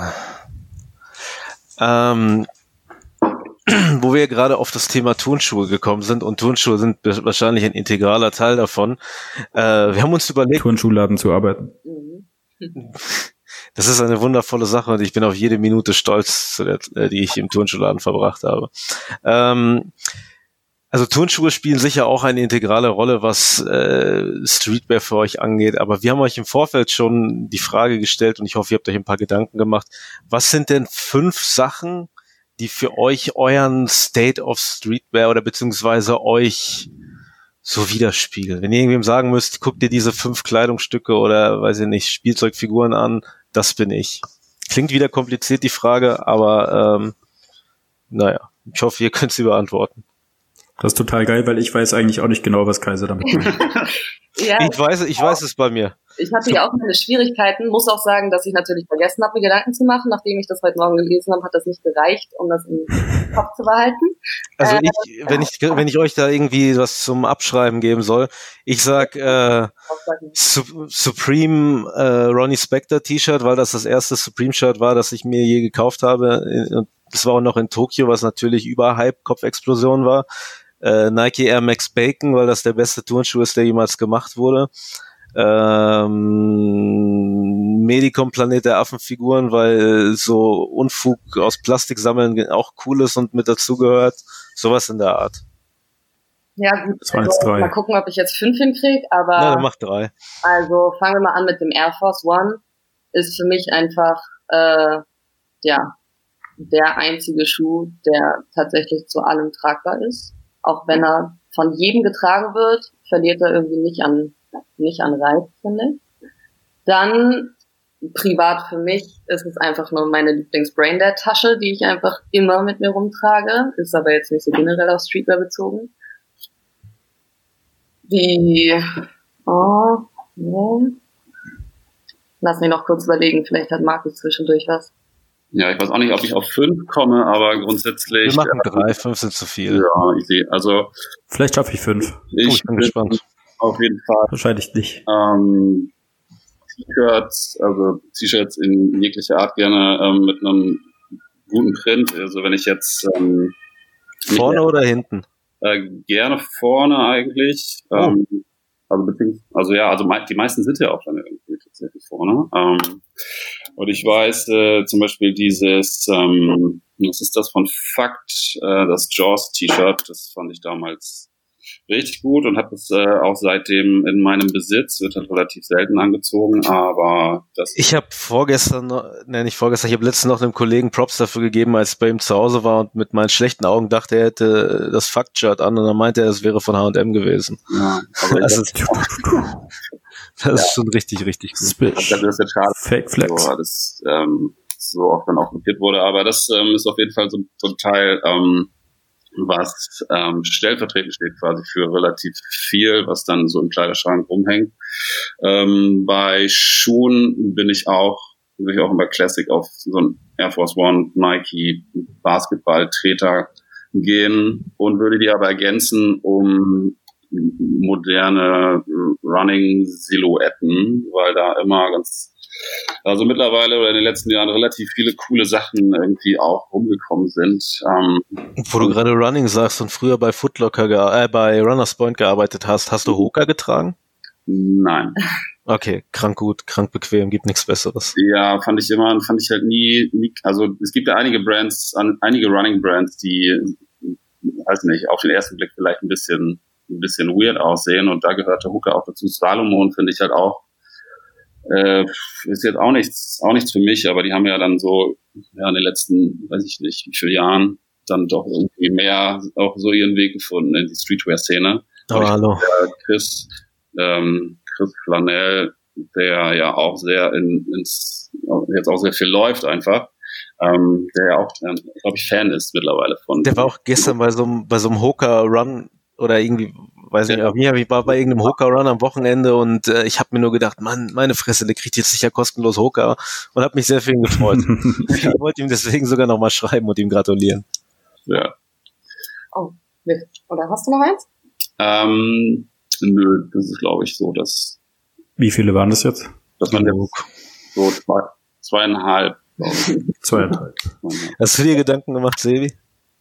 Wo wir gerade auf das Thema Turnschuhe gekommen sind, und Turnschuhe sind wahrscheinlich ein integraler Teil davon. Wir haben uns überlegt, Turnschuhladen zu arbeiten. Das ist eine wundervolle Sache und ich bin auf jede Minute stolz, die ich im Turnschuhladen verbracht habe. Also Turnschuhe spielen sicher auch eine integrale Rolle, was Streetwear für euch angeht, aber wir haben euch im Vorfeld schon die Frage gestellt und ich hoffe, ihr habt euch ein paar Gedanken gemacht. Was sind denn 5 Sachen, die für euch euren State of Streetwear oder beziehungsweise euch so widerspiegeln? Wenn ihr irgendwem sagen müsst, guck dir diese 5 Kleidungsstücke oder, weiß ich nicht, Spielzeugfiguren an, das bin ich. Klingt wieder kompliziert, die Frage, aber naja, ich hoffe, ihr könnt sie beantworten. Das ist total geil, weil ich weiß eigentlich auch nicht genau, was Kaiser damit meint. Ja, ich weiß es bei mir. Ich hatte ja auch meine Schwierigkeiten, muss auch sagen, dass ich natürlich vergessen habe, mir Gedanken zu machen. Nachdem ich das heute Morgen gelesen habe, hat das nicht gereicht, um das im Kopf zu behalten. Also wenn ich euch da irgendwie was zum Abschreiben geben soll, ich sag Supreme Ronnie Spector T-Shirt, weil das erste Supreme-Shirt war, das ich mir je gekauft habe. Und das war auch noch in Tokio, was natürlich überhype Kopfexplosion war. Nike Air Max Bacon, weil das der beste Turnschuh ist, der jemals gemacht wurde. Medicom Planet der Affenfiguren, weil so Unfug aus Plastik sammeln auch cool ist und mit dazugehört. Sowas in der Art. Ja, gut. Das waren jetzt 3. Mal gucken, ob ich jetzt 5 hinkriege, aber... Ja, dann mach 3. Also fangen wir mal an mit dem Air Force One. Ist für mich einfach, der einzige Schuh, der tatsächlich zu allem tragbar ist. Auch wenn er von jedem getragen wird, verliert er irgendwie nicht an Reiz, finde ich. Dann, privat für mich, ist es einfach nur meine Lieblings-Braindead-Tasche, die ich einfach immer mit mir rumtrage. Ist aber jetzt nicht so generell auf Streetwear bezogen. Lass mich noch kurz überlegen, vielleicht hat Markus zwischendurch was. Ja, ich weiß auch nicht, ob ich auf 5 komme, aber grundsätzlich... Wir machen 3, 5 sind zu viel. Ja, ich sehe, also... Vielleicht schaffe ich 5. Ich bin gespannt. Auf jeden Fall. Wahrscheinlich nicht. T-Shirts in jeglicher Art gerne mit einem guten Print. Also wenn ich jetzt... vorne oder hinten? Gerne vorne eigentlich. Die meisten sind ja auch dann irgendwie tatsächlich vorne. Und ich weiß zum Beispiel dieses, was ist das von Fakt, das Jaws T-Shirt, das fand ich damals richtig gut und habe es auch seitdem in meinem Besitz, wird halt relativ selten angezogen, aber das... Ich habe ich habe letztens noch einem Kollegen Props dafür gegeben, als ich bei ihm zu Hause war und mit meinen schlechten Augen dachte, er hätte das Fakt-Shirt an und dann meinte er, es wäre von H&M gewesen. Ja, aber das ist schon richtig, richtig gut. Das ist jetzt schade, Fake Flex. So oft dann auch kopiert wurde, aber das ist auf jeden Fall so ein Teil, was stellvertretend steht quasi für relativ viel, was dann so im Kleiderschrank rumhängt. Bei Schuhen bin ich auch würde ich auch immer Classic auf so ein Air Force One, Nike, Basketball-Treter gehen und würde die aber ergänzen um moderne Running-Silhouetten, weil da immer also mittlerweile oder in den letzten Jahren relativ viele coole Sachen irgendwie auch rumgekommen sind. Wo du gerade Running sagst und früher bei Footlocker, bei Runners Point gearbeitet hast du Hoka getragen? Nein. Okay, krank gut, krank bequem, gibt nichts Besseres. Ja, fand ich halt nie, also es gibt ja einige Running Brands, die, weiß nicht, auf den ersten Blick vielleicht ein bisschen weird aussehen und da gehörte Hoka auch dazu. Salomon finde ich halt auch, ist jetzt auch nichts für mich, aber die haben ja dann so, ja, in den letzten, weiß ich nicht, wie viele Jahren dann doch irgendwie mehr auch so ihren Weg gefunden in die Streetwear-Szene. Hallo. Chris Flanell, der ja auch jetzt auch sehr viel läuft einfach, der ja auch, glaube ich, Fan ist mittlerweile von. Der war auch gestern bei so einem Hoka-Run oder irgendwie, weiß nicht, ich war bei irgendeinem Hoka-Run am Wochenende und ich habe mir nur gedacht, Mann, meine Fresse, der kriegt jetzt sicher kostenlos Hoka und habe mich sehr für ihn gefreut. Ich wollte ihm deswegen sogar nochmal schreiben und ihm gratulieren. Ja. Oh, oder hast du noch eins? Nö, das ist, glaube ich, so, dass... Wie viele waren das jetzt? Dass man jetzt so 2,5. 2,5. Hast du dir Gedanken gemacht, Sebi?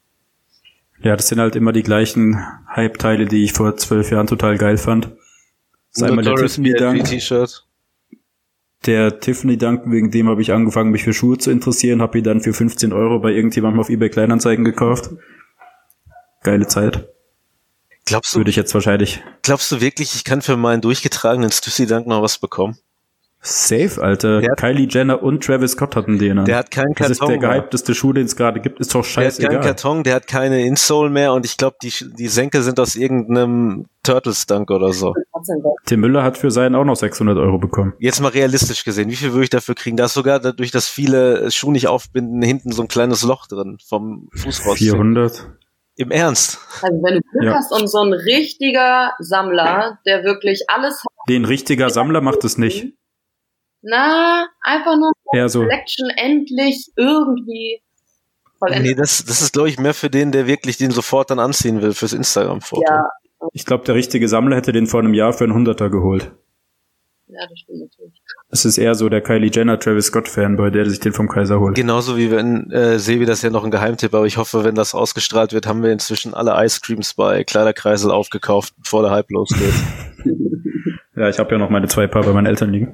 Ja, das sind halt immer die gleichen Hype-Teile, die ich vor 12 Jahren total geil fand. Das ist einmal der Tiffany-Dunk. Der Tiffany-Dunk, wegen dem habe ich angefangen, mich für Schuhe zu interessieren, habe ihn dann für 15 € bei irgendjemandem auf eBay Kleinanzeigen gekauft. Geile Zeit. Würde ich jetzt wahrscheinlich. Glaubst du wirklich, ich kann für meinen durchgetragenen Stussy-Dunk noch was bekommen? Safe, Alter. Kylie Jenner und Travis Scott hatten den an. Der hat keinen Karton. Das ist der gehypteste Schuh, den es gerade gibt. Ist doch scheißegal. Der hat keinen Karton, der hat keine Insole mehr und ich glaube, die Senke sind aus irgendeinem Turtles-Dunk oder so. Tim Müller hat für seinen auch noch 600 € bekommen. Jetzt mal realistisch gesehen, wie viel würde ich dafür kriegen? Da ist sogar dadurch, dass viele Schuhe nicht aufbinden, hinten so ein kleines Loch drin vom Fuß raus. 400. Im Ernst? Also wenn du Glück hast und so ein richtiger Sammler, der wirklich alles hat. Den richtiger Sammler macht es nicht. Na, einfach nur ja, so. Collection endlich irgendwie vollendet. Nee, das ist, glaube ich, mehr für den, der wirklich den sofort dann anziehen will, fürs Instagram-Foto. Ja. Ich glaube, der richtige Sammler hätte den vor einem Jahr für einen 100er geholt. Ja, das stimmt natürlich. Es ist eher so der Kylie Jenner, Travis Scott Fanboy, der sich den vom Kaiser holt. Genauso wie wenn, Sebi, das ist ja noch ein Geheimtipp, aber ich hoffe, wenn das ausgestrahlt wird, haben wir inzwischen alle Ice Creams bei Kleiderkreisel aufgekauft, bevor der Hype losgeht. Ja, ich habe ja noch meine 2 Paar bei meinen Eltern liegen.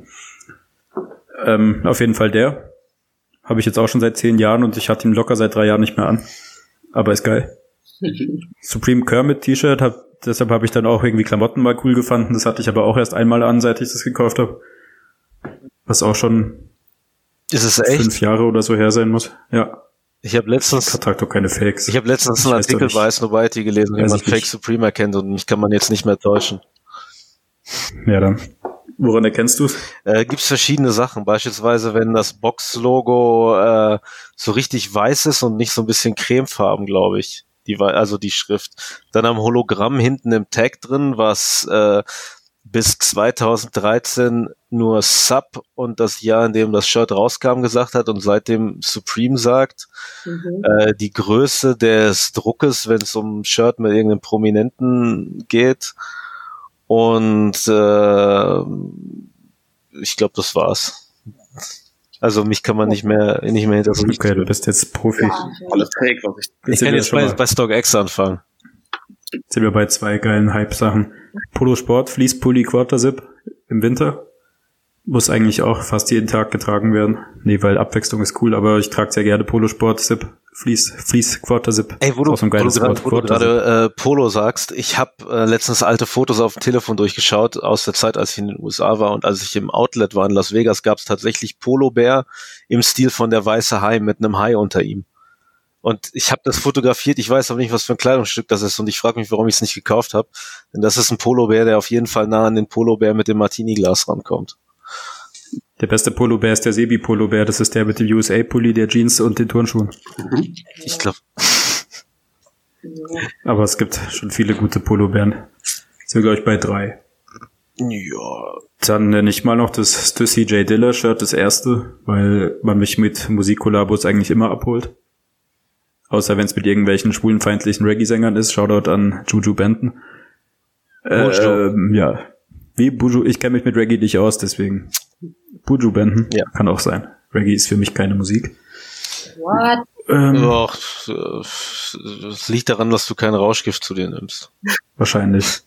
Auf jeden Fall der. Habe ich jetzt auch schon seit 10 Jahren und ich hatte ihn locker seit 3 Jahren nicht mehr an. Aber ist geil. Supreme Kermit T-Shirt, deshalb habe ich dann auch irgendwie Klamotten mal cool gefunden. Das hatte ich aber auch erst einmal an, seit ich das gekauft habe. Was auch schon ist es echt? 5 Jahre oder so her sein muss. Ja. Ich habe letztens doch keine Fakes. Ich habe letztens einen Artikel bei Snobiety gelesen, wie man Fake Supreme erkennt und mich kann man jetzt nicht mehr täuschen. Ja, dann. Woran erkennst du es? Gibt's verschiedene Sachen. Beispielsweise, wenn das Box-Logo so richtig weiß ist und nicht so ein bisschen cremefarben, glaube ich. Also die Schrift. Dann am Hologramm hinten im Tag drin, was bis 2013 nur Sub und das Jahr, in dem das Shirt rauskam, gesagt hat und seitdem Supreme sagt. Die Größe des Druckes, wenn es um ein Shirt mit irgendeinem Prominenten geht. Und ich glaube, das war's. Also mich kann man nicht mehr hinter so. Okay, du bist jetzt Profi. Ja, alles Fake, was ich kann jetzt bei StockX anfangen. Jetzt sind wir bei 2 geilen Hype-Sachen. Polo Sport, Fleece-Pulli, Quarter-Zip im Winter. Muss eigentlich auch fast jeden Tag getragen werden. Nee, weil Abwechslung ist cool, aber ich trage sehr gerne Polo Sport, Zip, Fleece, Quarter-Zip. Ey, wo du gerade Polo sagst, ich habe letztens alte Fotos auf dem Telefon durchgeschaut aus der Zeit, als ich in den USA war und als ich im Outlet war in Las Vegas, gab es tatsächlich Polo-Bär im Stil von der Weiße Hai mit einem Hai unter ihm. Und ich habe das fotografiert, ich weiß aber nicht, was für ein Kleidungsstück das ist und ich frage mich, warum ich es nicht gekauft habe. Denn das ist ein Polo-Bär, der auf jeden Fall nah an den Polo-Bär mit dem Martini-Glas rankommt. Der beste Polo-Bär ist der Sebi-Polo-Bär. Das ist der mit dem USA-Pulli, der Jeans und den Turnschuhen. Ich glaube. Aber es gibt schon viele gute Polo-Bären. Sind wir, glaube ich, bei 3. Ja. Dann nenne ich mal noch das CJ Dilla Shirt, das erste, weil man mich mit Musikkollabos eigentlich immer abholt. Außer wenn es mit irgendwelchen schwulenfeindlichen Reggae-Sängern ist. Shoutout an Juju Benton. Ja. Wie Buju, ich kenne mich mit Reggae nicht aus, deswegen Buju Benton kann auch sein. Reggae ist für mich keine Musik. What? Das liegt daran, dass du kein Rauschgift zu dir nimmst. Wahrscheinlich.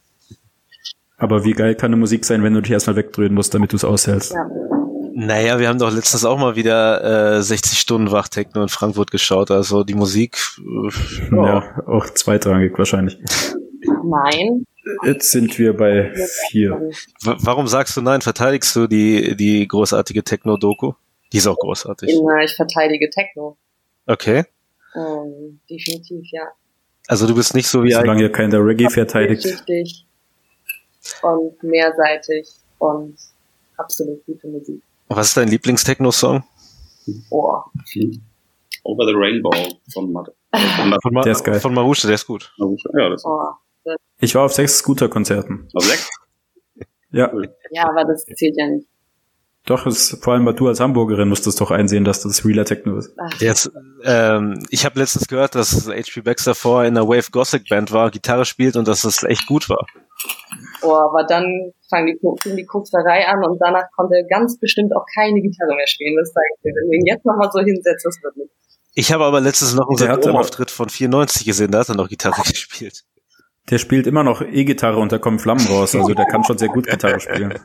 Aber wie geil kann eine Musik sein, wenn du dich erstmal wegdrehen musst, damit du es aushältst? Ja. Naja, wir haben doch letztens auch mal wieder 60 Stunden Wach-Techno in Frankfurt geschaut. Also die Musik... Ja, auch zweitrangig wahrscheinlich. Nein. Jetzt sind wir bei 4. Warum sagst du nein? Verteidigst du die großartige Techno-Doku? Die ist auch großartig. Ich verteidige Techno. Okay. Definitiv, ja. Also du bist nicht so wie... Solange ihr keiner Reggae verteidigt. Richtig und mehrseitig und absolut gute Musik. Was ist dein Lieblings-Techno-Song? Over the Rainbow von der ist geil. Von Marusche, der ist gut. Ja, das ich war auf 6 Scooter-Konzerten. Auf 6? Ja. Ja, aber das zählt ja nicht. Doch, vor allem du als Hamburgerin musst es doch einsehen, dass das realer Techno ist. Jetzt, ich habe letztens gehört, dass H.P. Baxter vorher in einer Wave Gothic Band war, Gitarre spielt und dass das echt gut war. Aber dann fing die Kokserei an und danach konnte er ganz bestimmt auch keine Gitarre mehr spielen. Das sage ich dir. Wenn du ihn jetzt nochmal so hinsetzt, das wird nicht. Ich habe aber letztens noch einen Promo-Auftritt von 94 gesehen, da hat er noch Gitarre gespielt. Der spielt immer noch E-Gitarre und da kommen Flammen raus, also der kann schon sehr gut Gitarre spielen.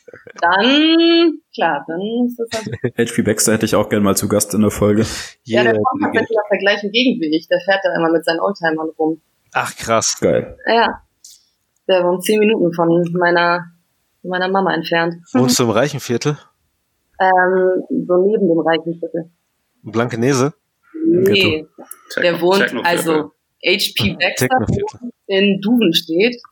Dann ist das halt... H.P. Baxter hätte ich auch gerne mal zu Gast in der Folge. Ja, der kommt tatsächlich aus der gleichen Gegend wie ich. Der fährt da immer mit seinen Oldtimern rum. Ach, krass. Geil. Ja. Der wohnt 10 Minuten von meiner Mama entfernt. Wohnst du im Reichenviertel? So neben dem Reichenviertel. Blankenese? Nee. Der wohnt, also H.P. Baxter in Duvenstedt.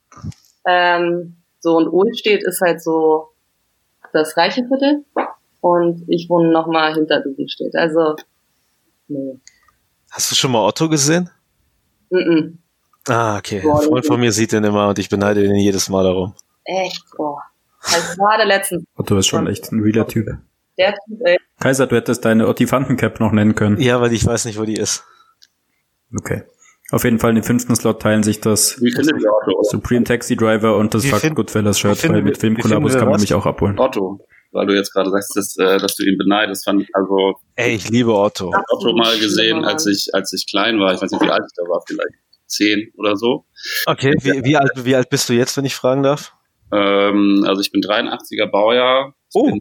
So, und Ohlstedt ist halt so das reiche Viertel. Und ich wohne nochmal hinter Duvenstedt. Also, nee. Hast du schon mal Otto gesehen? Mhm. Ah, okay. Ein Freund von mir sieht den immer und ich beneide den jedes Mal darum. Echt? Boah. Also gerade letztens. Otto ist schon echt ein realer Typ. Der Typ, ey. Kaiser, du hättest deine Ottifantencap noch nennen können. Ja, weil ich weiß nicht, wo die ist. Okay. Auf jeden Fall in den 5. Slot teilen sich das Supreme Taxi Driver und das Fuck Goodfellas Shirt, weil mit Filmkollabos kann man mich auch abholen. Otto, weil du jetzt gerade sagst, dass du ihn beneidest, fand ich also... Ey, ich liebe Otto. Ich habe Otto mal gesehen, als ich klein war. Ich weiß nicht, wie alt ich da war, vielleicht 10 oder so. Okay, wie alt bist du jetzt, wenn ich fragen darf? Also ich bin 83er Baujahr. Oh.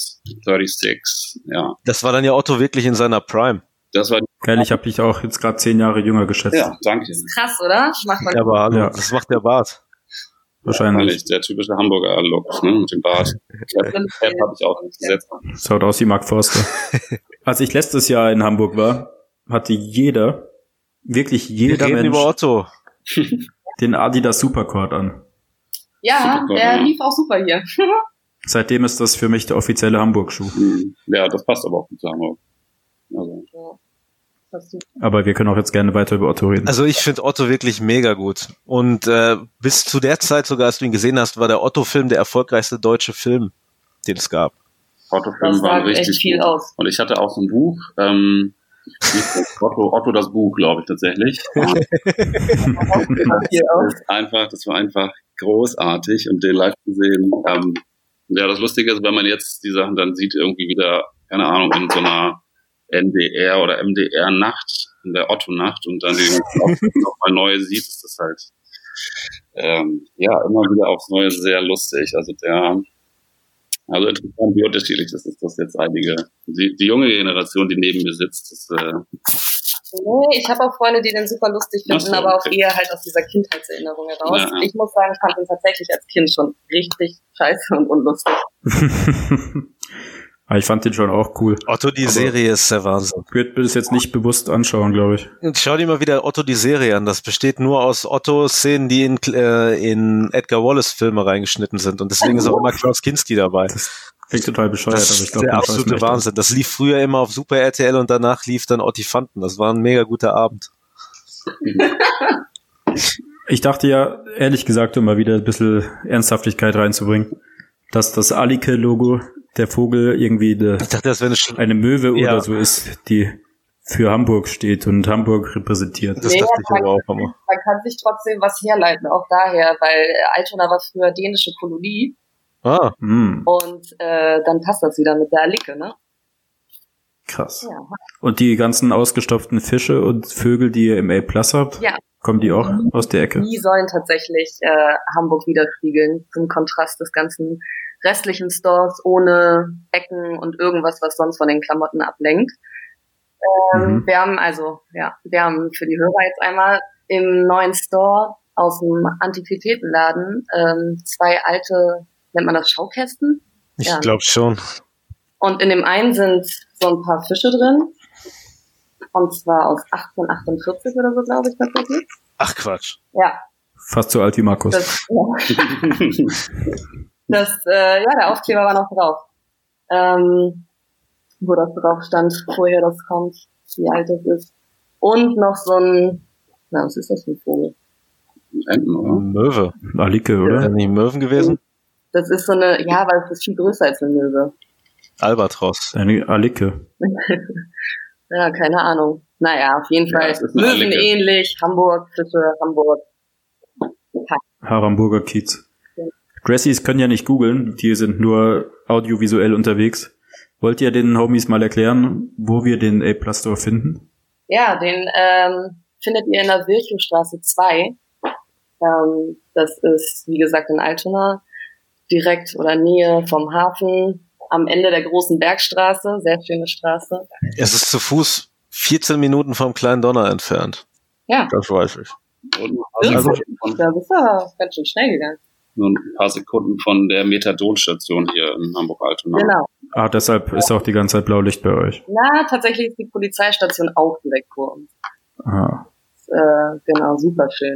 36, ja. Das war dann ja Otto wirklich in seiner Prime. Das war geil, ich habe dich auch jetzt gerade 10 Jahre jünger geschätzt. Ja, danke. Das ist krass, oder? Macht man aber hallo, das macht der Bart. Wahrscheinlich. Der typische Hamburger Look, ne, mit dem Bart. Cap habe ich auch nicht gesetzt. Schaut aus wie Mark Forster. Als ich letztes Jahr in Hamburg war, hatte wirklich jeder Mensch über Otto. den Adidas Supercord an. Ja, Supercord, der lief auch super hier. Seitdem ist das für mich der offizielle Hamburg-Schuh. Ja, das passt aber auch gut zu Hamburg. Also. Ja. Aber wir können auch jetzt gerne weiter über Otto reden. Also ich finde Otto wirklich mega gut. Und bis zu der Zeit sogar, als du ihn gesehen hast, war der Otto-Film der erfolgreichste deutsche Film, den es gab. Otto-Film waren richtig viel gut. Aus. Und ich hatte auch so ein Buch, Otto das Buch, glaube ich tatsächlich. Das war einfach großartig und den live zu sehen. Ja, das Lustige ist, wenn man jetzt die Sachen dann sieht, irgendwie wieder, keine Ahnung, in so einer NDR oder MDR-Nacht, in der Otto-Nacht und dann die nochmal neu sieht, ist das halt immer wieder aufs Neue sehr lustig. Also interessant, wie unterschiedlich das ist, dass jetzt einige, die junge Generation, die neben mir sitzt, Nee, ich habe auch Freunde, die den super lustig finden, aber auch eher halt aus dieser Kindheitserinnerung heraus. Ja. Ich muss sagen, ich fand ihn tatsächlich als Kind schon richtig scheiße und unlustig. Ich fand den schon auch cool. Otto, die Serie ist der Wahnsinn. Ich würde das jetzt nicht bewusst anschauen, glaube ich. Schau dir mal wieder Otto, die Serie an. Das besteht nur aus Otto-Szenen, die in Edgar Wallace-Filme reingeschnitten sind. Und deswegen ist auch immer Klaus Kinski dabei. Das klingt total bescheuert, aber ich glaube, der absolute Wahnsinn. Das lief früher immer auf Super RTL und danach lief dann Ottifanten. Das war ein mega guter Abend. Ich dachte ja, ehrlich gesagt, um mal wieder ein bisschen Ernsthaftigkeit reinzubringen, dass das Alike-Logo, der Vogel, irgendwie ich dachte, das wäre eine Möwe oder so ist, die für Hamburg steht und Hamburg repräsentiert. Das dachte ich aber auch immer. Man kann sich trotzdem was herleiten, auch daher, weil Altona war früher dänische Kolonie. Ah. Und dann passt das wieder mit der Alike, ne? Krass. Ja. Und die ganzen ausgestopften Fische und Vögel, die ihr im A+ habt, kommen die auch aus der Ecke? Die sollen tatsächlich Hamburg widerspiegeln, zum Kontrast des ganzen restlichen Stores ohne Ecken und irgendwas, was sonst von den Klamotten ablenkt. Wir haben für die Hörer jetzt einmal im neuen Store aus dem Antiquitätenladen 2 alte, nennt man das Schaukästen? Ich glaube schon. Und in dem einen sind so ein paar Fische drin. Und zwar aus 1848 oder so, glaube ich, tatsächlich. Ach, Quatsch. Ja. Fast so alt wie Markus. Der Aufkleber war noch drauf. Wo das drauf stand, woher das kommt, wie alt das ist. Und noch so ein, was ist das für ein Vogel? Enten, oder? Möwe. Alike, oder? Ist das nicht Möwen gewesen? Das ist so eine, weil es ist viel größer als eine Möwe. Albatros. Eine Alike. Ja, keine Ahnung. Naja, auf jeden Fall Möwen ähnlich, Hamburg, Fische, Hamburg. Hamburger Kiez. Dressies können ja nicht googeln, die sind nur audiovisuell unterwegs. Wollt ihr den Homies mal erklären, wo wir den A+ Store finden? Ja, den findet ihr in der Wilchowstraße 2. Das ist, wie gesagt, in Altona, direkt oder Nähe vom Hafen, am Ende der großen Bergstraße, sehr schöne Straße. Es ist zu Fuß 14 Minuten vom Kleinen Donner entfernt. Ja. Das weiß ich. Und da bist du ganz schön schnell gegangen. Nur ein paar Sekunden von der Methadon-Station hier in Hamburg-Altona. Genau. Deshalb ist auch die ganze Zeit Blaulicht bei euch. Na, tatsächlich ist die Polizeistation auch direkt vor uns. Aha. Genau, super schön.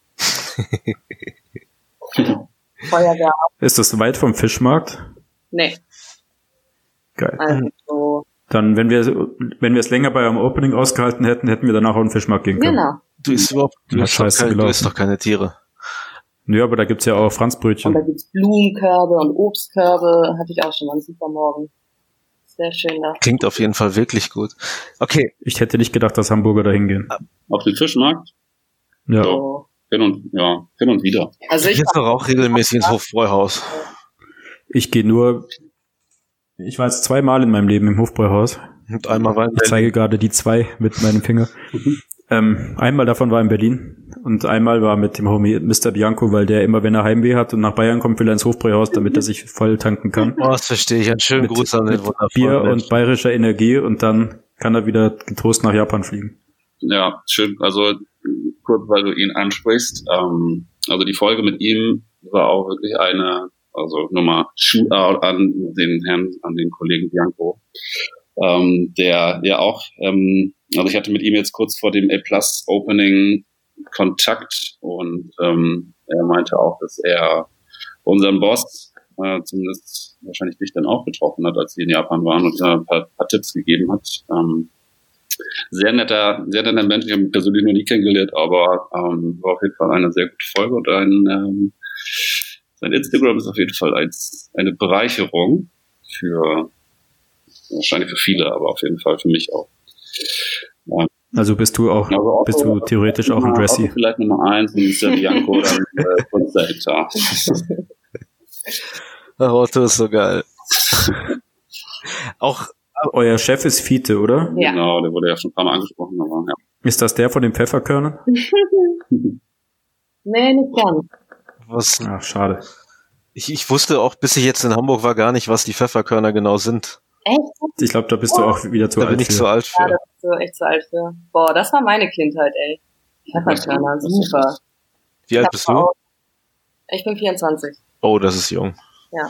Feuerwehr. Ist das weit vom Fischmarkt? Nee. Geil. Also, dann, wenn wir es länger bei eurem Opening ausgehalten hätten, hätten wir danach auch in den Fischmarkt gehen können. Genau. Du isst doch keine Tiere. Nö, aber da gibt's ja auch Franzbrötchen. Und da gibt's Blumenkörbe und Obstkörbe. Hatte ich auch schon mal einen Supermorgen. Sehr schön da. Klingt auf jeden Fall wirklich gut. Okay. Ich hätte nicht gedacht, dass Hamburger da hingehen. Auf den Fischmarkt? Ja. So. Hin und wieder. Also ich gehe doch auch regelmäßig ins Hofbräuhaus. Ich war jetzt 2 Mal in meinem Leben im Hofbräuhaus. Und einmal war ich zeige gerade die 2 mit meinem Finger. Einmal davon war in Berlin und einmal war mit dem Homie Mr. Bianco, weil der immer, wenn er Heimweh hat und nach Bayern kommt, will er ins Hofbräuhaus, damit er sich voll tanken kann. Oh, das verstehe ich. Einen schönen Gruß an den wundervollen Bier und bayerischer Energie und dann kann er wieder getrost nach Japan fliegen. Ja, schön. Also kurz, weil du ihn ansprichst. Also die Folge mit ihm war auch wirklich nochmal Shootout an den Kollegen Bianco. Der ja auch, also ich hatte mit ihm jetzt kurz vor dem A+ Opening Kontakt und er meinte auch, dass er unseren Boss zumindest wahrscheinlich dich dann auch getroffen hat, als sie in Japan waren und ein paar Tipps gegeben hat. Sehr netter Mensch, ich habe ihn persönlich noch nie kennengelernt, aber war auf jeden Fall eine sehr gute Folge und sein Instagram ist auf jeden Fall eine Bereicherung wahrscheinlich für viele, aber auf jeden Fall für mich auch. Also bist du theoretisch auch ein Dressy? Vielleicht Nummer 1, dann ist der Bianco dann kurz dahinter. Otto ist so geil. Auch euer Chef ist Fiete, oder? Ja. Genau, der wurde ja schon ein paar Mal angesprochen, aber ja. Ist das der von den Pfefferkörnern? Nee, nicht ganz. Was? Ach, schade. Ich wusste auch, bis ich jetzt in Hamburg war, gar nicht, was die Pfefferkörner genau sind. Echt? Ich glaube, da bist du auch wieder zu alt für. Da bin ich zu alt für. Ja, da bist du echt zu alt für. Boah, das war meine Kindheit, ey. Pfefferkörner, super. Wie alt bist du? Ich bin 24. Oh, das ist jung. Ja.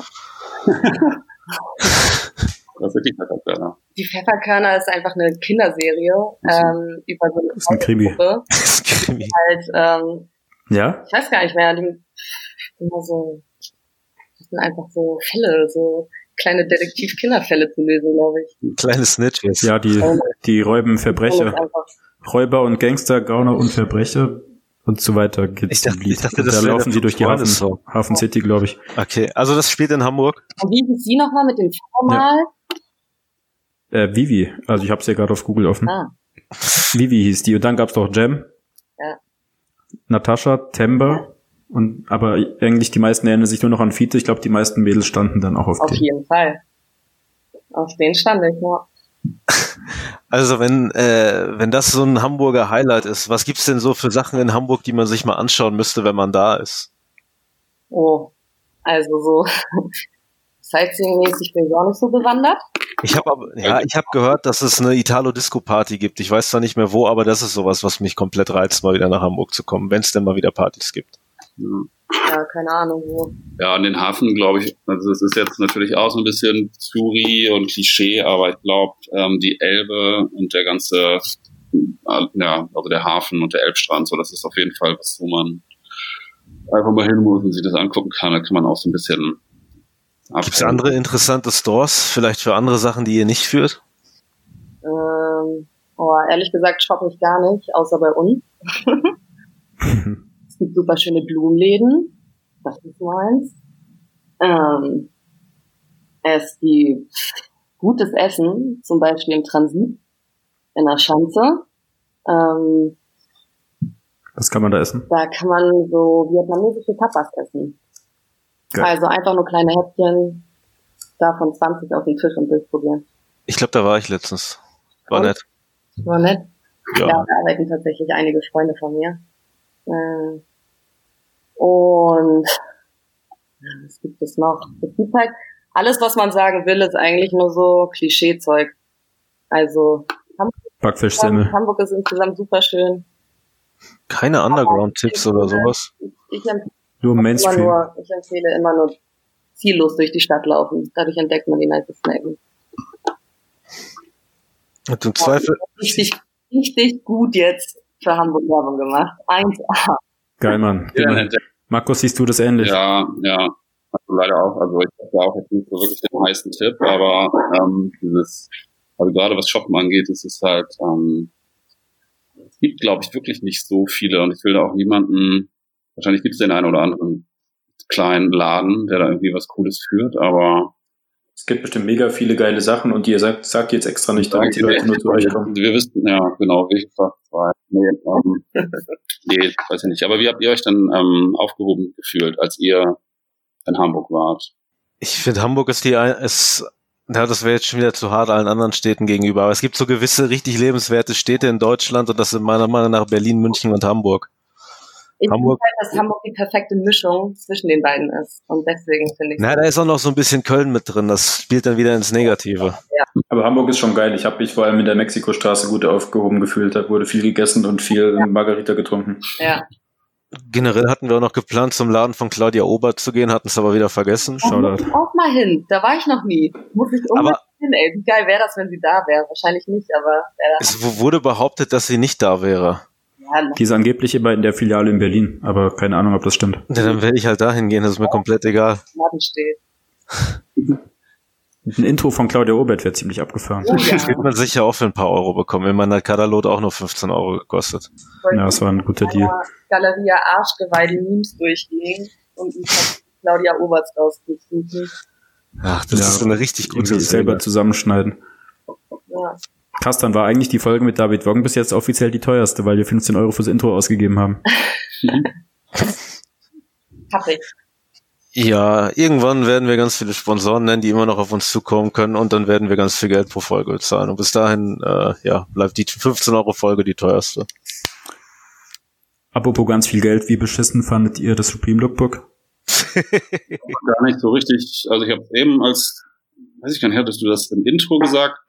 Was sind die Pfefferkörner? Die Pfefferkörner ist einfach eine Kinderserie über so eine Das ist ein Krimi. Gruppe. Das ist ein Krimi. Halt, ja? Ich weiß gar nicht mehr, das sind einfach so Fälle, so kleine Detektiv-Kinderfälle zu lösen, glaube ich. Kleine Snitches. Ja, die räuben Verbrecher. Räuber und Gangster, Gauner und Verbrecher und so weiter geht's. Ich dachte, da laufen sie durch die Hafen City, glaube ich. Okay, also das spielt in Hamburg. Und wie hieß sie nochmal mit dem Vormal? Ja. Vivi, also ich habe es ja gerade auf Google offen. Vivi hieß die und dann gab's doch Jam. Ja. Natascha, Temba aber eigentlich die meisten erinnern sich nur noch an Fiete. Ich glaube, die meisten Mädels standen dann auch auf den. Auf jeden Fall. Auf den stand ich, ja. Also wenn das so ein Hamburger Highlight ist, was gibt's denn so für Sachen in Hamburg, die man sich mal anschauen müsste, wenn man da ist? Oh, also so Sightseeing-mäßig bin ich auch nicht so bewandert. Ich habe gehört, dass es eine Italo-Disco-Party gibt. Ich weiß zwar nicht mehr wo, aber das ist sowas, was mich komplett reizt, mal wieder nach Hamburg zu kommen, wenn es denn mal wieder Partys gibt. Ja, keine Ahnung wo. Ja, an den Hafen, glaube ich, also das ist jetzt natürlich auch so ein bisschen Zuri und Klischee, aber ich glaube, die Elbe und der ganze, also der Hafen und der Elbstrand, so, das ist auf jeden Fall was, wo man einfach mal hin muss und sich das angucken kann. Da kann man auch so ein bisschen Gibt es andere interessante Stores, vielleicht für andere Sachen, die ihr nicht führt? Ehrlich gesagt shoppe ich gar nicht, außer bei uns. Es gibt super schöne Blumenläden. Das ist meins. Es gibt gutes Essen, zum Beispiel im Transit in der Schanze. Was kann man da essen? Da kann man so vietnamesische Tapas essen. Geil. Also einfach nur kleine Häppchen, davon 20 auf den Tisch und durchprobieren. Ich glaube, da war ich letztens. War nett. War nett? Ja, da arbeiten tatsächlich einige Freunde von mir. Und was gibt es noch? Es gibt halt alles, was man sagen will, ist eigentlich nur so Klischeezeug. Also Backfischsemmel. Hamburg ist insgesamt super schön. Keine Underground-Tipps oder sowas? Nur Mainstream. Ich empfehle immer nur ziellos durch die Stadt laufen. Dadurch entdeckt man die nicesten Ecken. Und im Zweifel... Richtig gut jetzt für Hamburg Werbung gemacht. 1A. Geil, Mann. Ja, Markus, siehst du das ähnlich? Ja. Also leider auch. Also ich habe da auch jetzt nicht so wirklich den heißen Tipp, aber also gerade was Shoppen angeht, ist es halt, es gibt, glaube ich, wirklich nicht so viele und ich will da auch niemanden, wahrscheinlich gibt es den einen oder anderen kleinen Laden, der da irgendwie was Cooles führt, aber es gibt bestimmt mega viele geile Sachen und ihr sagt jetzt extra nicht, damit die Leute nur zu euch kommen. Wir wissen, ja, genau, wie ich gesagt habe. Nee, weiß ich nicht. Aber wie habt ihr euch dann aufgehoben gefühlt, als ihr in Hamburg wart? Ich finde, Hamburg ist das wäre jetzt schon wieder zu hart allen anderen Städten gegenüber, aber es gibt so gewisse richtig lebenswerte Städte in Deutschland und das sind meiner Meinung nach Berlin, München und Hamburg. Ich finde halt, dass Hamburg die perfekte Mischung zwischen den beiden ist. Und deswegen finde ich... Da ist auch noch so ein bisschen Köln mit drin. Das spielt dann wieder ins Negative. Ja. Aber Hamburg ist schon geil. Ich habe mich vor allem in der Mexikostraße gut aufgehoben gefühlt. Da wurde viel gegessen und viel Margarita getrunken. Ja. Generell hatten wir auch noch geplant, zum Laden von Claudia Obert zu gehen, hatten es aber wieder vergessen. Shoutout. Auch mal hin. Da war ich noch nie. Muss ich unbedingt hin, ey. Wie geil wäre das, wenn sie da wäre? Wahrscheinlich nicht, aber... Es wurde behauptet, dass sie nicht da wäre. Die ist angeblich immer in der Filiale in Berlin, aber keine Ahnung, ob das stimmt. Ja, dann werde ich halt dahin gehen, das ist mir komplett egal. Ein Intro von Claudia Obert wäre ziemlich abgefahren. Oh, ja. Das wird man sicher auch für ein paar Euro bekommen, wenn man der Katalog auch nur 15 Euro gekostet. Ja, das war ein guter Deal. Galeria Arschgeweih die Memes durchgehen und Claudia Obert rausgesucht. Ach, das ist so eine richtig gute Idee. Selber zusammenschneiden. Ja. Krass, dann war eigentlich die Folge mit David Woggen bis jetzt offiziell die teuerste, weil wir 15 Euro fürs Intro ausgegeben haben. Hab ich. Ja, irgendwann werden wir ganz viele Sponsoren nennen, die immer noch auf uns zukommen können und dann werden wir ganz viel Geld pro Folge bezahlen. Und bis dahin, bleibt die 15 Euro Folge die teuerste. Apropos ganz viel Geld, wie beschissen fandet ihr das Supreme Lookbook? Gar nicht so richtig. Also ich habe eben weiß ich gar nicht, hattest du das im Intro gesagt?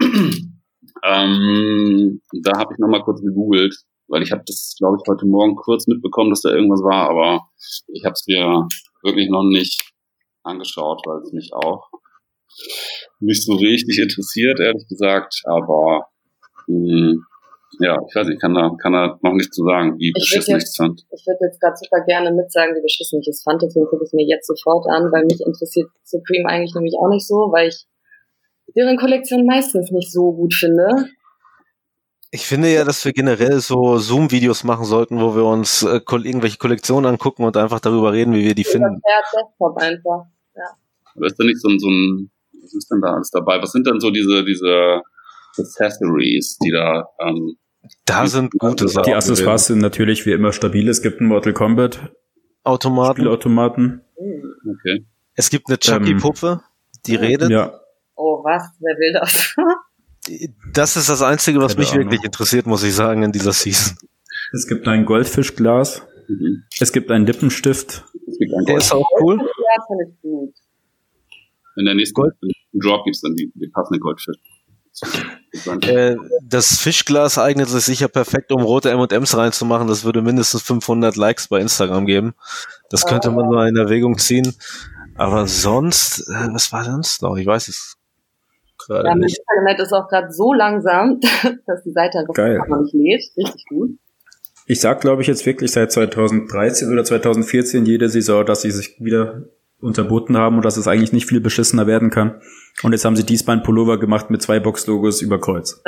Da habe ich nochmal kurz gegoogelt, weil ich habe das, glaube ich, heute Morgen kurz mitbekommen, dass da irgendwas war, aber ich habe es mir wirklich noch nicht angeschaut, weil es mich auch nicht so richtig interessiert, ehrlich gesagt, aber ich weiß nicht, kann da noch nichts zu sagen, wie beschissen ich es fand. Ich würde jetzt gerade super gerne mitsagen, wie beschissen ich es fand, deswegen gucke ich es mir jetzt sofort an, weil mich interessiert Supreme eigentlich nämlich auch nicht so, weil ich deren Kollektion meistens nicht so gut finde. Ich finde ja, dass wir generell so Zoom-Videos machen sollten, wo wir uns irgendwelche Kollektionen angucken und einfach darüber reden, wie wir die finden. Desktop einfach, ja. Aber ist da nicht so ein, was ist denn da alles dabei? Was sind denn so diese Accessories, die da sind gute Sachen. Die Accessoires sind natürlich wie immer stabil. Es gibt einen Mortal Kombat Spielautomaten. Okay. Es gibt eine Chucky-Puppe, die redet. Ja. Oh, was? Wer will das? Das ist das Einzige, was mich wirklich interessiert, muss ich sagen, in dieser Season. Es gibt ein Goldfischglas. Es gibt einen Lippenstift. Der ist auch cool. Ja, finde ich gut. In der nächsten Drop gibt's dann die passende Goldfisch. Das Fischglas eignet sich sicher perfekt, um rote M&Ms reinzumachen. Das würde mindestens 500 Likes bei Instagram geben. Das könnte man mal in Erwägung ziehen. Aber sonst, was war sonst noch? Ich weiß es gerade nicht. Das Internet ist auch gerade so langsam, dass die Seite einfach noch nicht lädt. Richtig gut. Ich sag, glaube ich, jetzt wirklich seit 2013 oder 2014 jede Saison, dass sie sich wieder unterboten haben und dass es eigentlich nicht viel beschissener werden kann. Und jetzt haben sie diesmal einen Pullover gemacht mit 2 Box-Logos über Kreuz.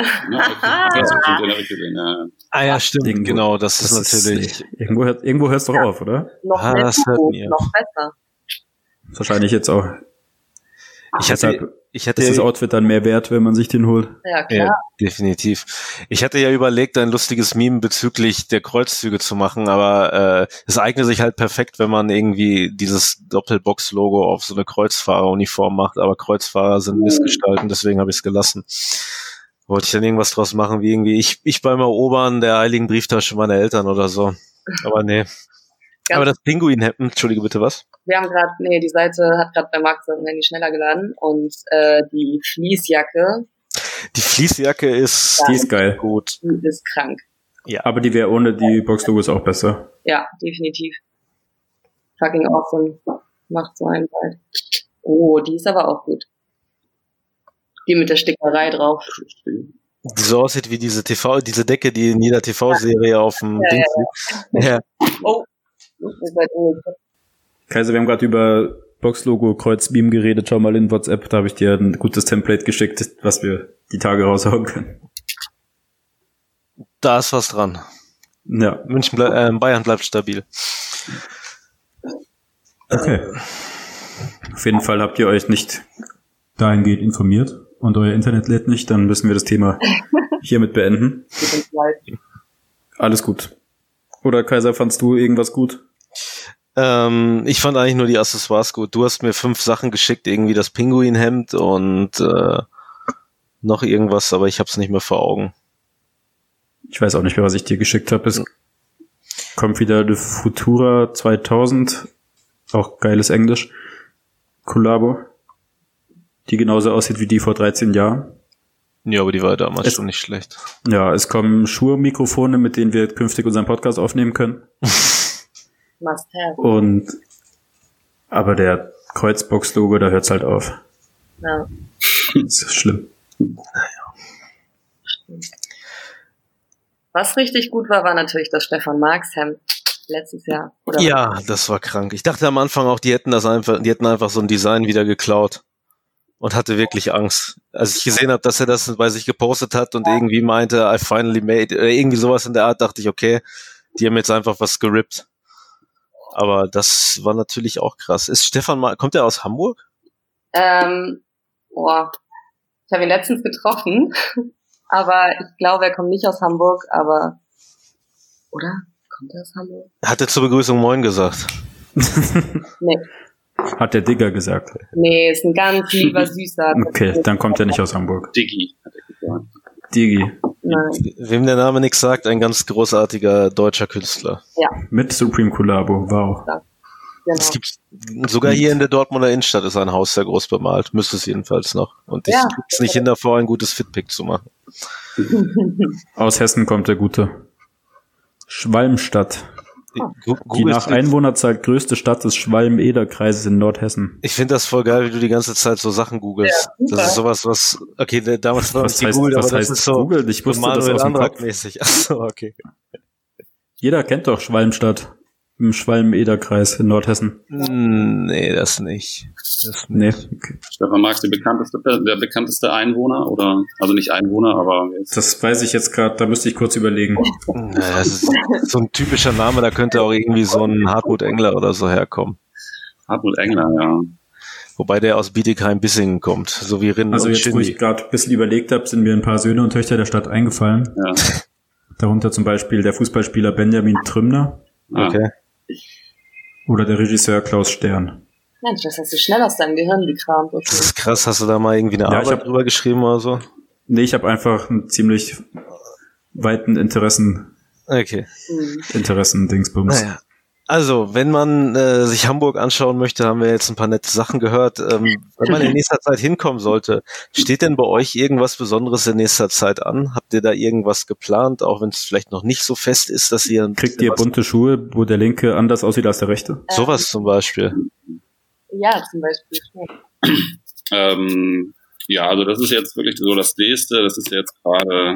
Ja, stimmt, genau, das ist natürlich... Irgendwo hört es doch auf, oder? Noch besser. Wahrscheinlich jetzt auch. Ich hatte ist das Outfit dann mehr wert, wenn man sich den holt? Ja, klar. Ja, definitiv. Ich hatte ja überlegt, ein lustiges Meme bezüglich der Kreuzzüge zu machen, aber es eignet sich halt perfekt, wenn man irgendwie dieses Doppelbox-Logo auf so eine Kreuzfahreruniform macht, aber Kreuzfahrer sind Missgestalten, deswegen habe ich es gelassen. Wollte ich dann irgendwas draus machen, wie irgendwie ich beim Erobern der heiligen Brieftasche meiner Eltern oder so. Aber nee. Aber das Pinguin-Hemd, entschuldige bitte, was? Wir haben die Seite hat gerade bei Marc sein Handy schneller geladen und die Fleecejacke. Die Fleecejacke ist geil. Gut. Die ist krank. Ja. Aber die wäre ohne die Box-Logos auch besser. Ja, definitiv. Fucking awesome. Macht so einen bald. Oh, die ist aber auch gut. Die mit der Stickerei drauf. Die so aussieht wie diese Decke, die in jeder TV-Serie auf dem Ding liegt. Ja. Oh. Kaiser, wir haben gerade über Box-Logo Kreuzbeam geredet. Schau mal in WhatsApp, da habe ich dir ein gutes Template geschickt, was wir die Tage raushauen können. Da ist was dran. Ja. Bayern bleibt stabil. Okay. Auf jeden Fall habt ihr euch nicht dahingehend informiert und euer Internet lädt nicht, dann müssen wir das Thema hiermit beenden. Alles gut. Oder Kaiser, fandst du irgendwas gut? Ich fand eigentlich nur die Accessoires gut. Du hast mir 5 Sachen geschickt, irgendwie das Pinguinhemd und noch irgendwas, aber ich hab's nicht mehr vor Augen. Ich weiß auch nicht mehr, was ich dir geschickt habe. Es kommt wieder die Futura 2000, auch geiles Englisch, Kollabo, die genauso aussieht wie die vor 13 Jahren. Ja, aber die war damals schon nicht schlecht. Ja, es kommen Shure-Mikrofone, mit denen wir künftig unseren Podcast aufnehmen können. Must have. Aber der Kreuzbox-Logo, da hört's halt auf. Ja. Das ist schlimm. Naja. Was richtig gut war natürlich das Stefan Marx Hemd letztes Jahr. Oder ja, das war krank. Ich dachte am Anfang auch, die hätten einfach so ein Design wieder geklaut. Und hatte wirklich Angst. Als ich gesehen habe, dass er das bei sich gepostet hat und irgendwie meinte, I finally made, oder irgendwie sowas in der Art, dachte ich, okay, die haben jetzt einfach was gerippt. Aber das war natürlich auch krass. Ist Stefan mal, kommt er aus Hamburg? Ich habe ihn letztens getroffen, aber ich glaube, er kommt nicht aus Hamburg, aber, oder? Kommt er aus Hamburg? Hat er zur Begrüßung Moin gesagt? Nee. Hat der Digger gesagt? Nee, ist ein ganz lieber, süßer. Okay, dann kommt er nicht aus Hamburg. Diggi, hat er gesagt. Diggi. Nein. Wem der Name nichts sagt, ein ganz großartiger deutscher Künstler. Ja. Mit Supreme Collabo, wow. Genau. Es gibt sogar hier in der Dortmunder Innenstadt ist ein Haus sehr groß bemalt, müsste es jedenfalls noch. Und ich krieg's nicht hin davor, ein gutes Fitpick zu machen. Aus Hessen kommt der gute. Schwalmstadt. Die nach Einwohnerzahl größte Stadt des Schwalm-Eder-Kreises in Nordhessen. Ich finde das voll geil, wie du die ganze Zeit so Sachen googelst. Ja, das ist sowas, was, okay, damals war es gegoogelt, aber das ist so Google? Ich wusste das aus dem Kopf. Mäßig. Achso, okay. Jeder kennt doch Schwalmstadt. Im Schwalm-Eder-Kreis in Nordhessen. Nee, das nicht. Nee, okay. Stefan Marx, der bekannteste Einwohner oder, also nicht Einwohner, aber... Das weiß ich jetzt gerade, da müsste ich kurz überlegen. Das ist so ein typischer Name, da könnte auch irgendwie so ein Hartmut Engler oder so herkommen. Hartmut Engler, ja. Wobei der aus Bietigheim-Bissingen kommt, so wie Rinnen Also und jetzt, Shindy. wo ich gerade ein bisschen überlegt habe, sind mir ein paar Söhne und Töchter der Stadt eingefallen. Ja. Darunter zum Beispiel der Fußballspieler Benjamin Trümner. Okay. Oder der Regisseur Klaus Stern. Mensch, das hast du schnell aus deinem Gehirn gekramt. Okay. Das ist krass, hast du da mal irgendwie eine Arbeit drüber geschrieben oder so? Nee, ich habe einfach einen ziemlich weiten Interessen-Dingsbums. Naja. Also, wenn man sich Hamburg anschauen möchte, haben wir jetzt ein paar nette Sachen gehört. Wenn man in nächster Zeit hinkommen sollte, steht denn bei euch irgendwas Besonderes in nächster Zeit an? Habt ihr da irgendwas geplant, auch wenn es vielleicht noch nicht so fest ist, dass ihr... Kriegt ihr bunte Schuhe, wo der linke anders aussieht als der rechte? Sowas zum Beispiel. Ja, zum Beispiel. Ja, also das ist jetzt wirklich so das Nächste. Das ist jetzt gerade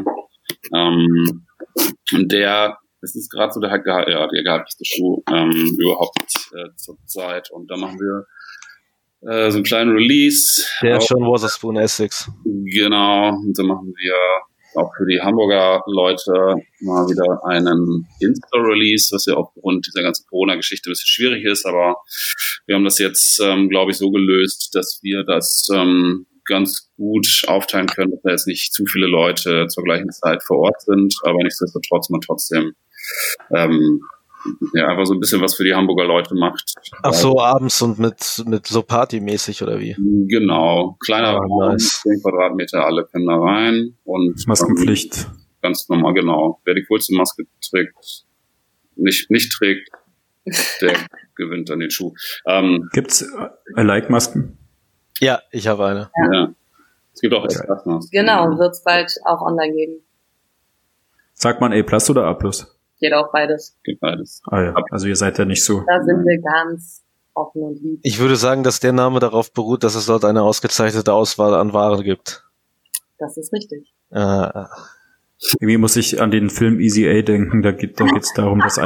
es ist gerade so der gehypteste Schuh überhaupt zur Zeit. Und da machen wir so einen kleinen Release. Der John Wotherspoon Essex. Genau. Und dann machen wir auch für die Hamburger Leute mal wieder einen Insta-Release, was ja aufgrund dieser ganzen Corona-Geschichte ein bisschen schwierig ist. Aber wir haben das jetzt, glaube ich, so gelöst, dass wir das ganz gut aufteilen können, dass da jetzt nicht zu viele Leute zur gleichen Zeit vor Ort sind, aber nichtsdestotrotz man trotzdem einfach so ein bisschen was für die Hamburger Leute macht. Ach so, abends und mit so partymäßig oder wie? Genau. Kleiner Raum, nice. 10 Quadratmeter, alle können da rein. Und Maskenpflicht. Ganz normal, genau. Wer die coolste Maske trägt, nicht trägt, der gewinnt dann den Schuh. Gibt's Like-Masken? Ja, ich habe eine. Ja. Es gibt auch Extra-Masken. Genau, wird es bald auch online geben. Sagt man A+ oder A+? Geht auch beides. Geht beides. Ah ja, also ihr seid ja nicht so. Da sind wir ganz offen und lieb. Ich würde sagen, dass der Name darauf beruht, dass es dort eine ausgezeichnete Auswahl an Waren gibt. Das ist richtig. Irgendwie muss ich an den Film Easy A denken, da geht's darum, dass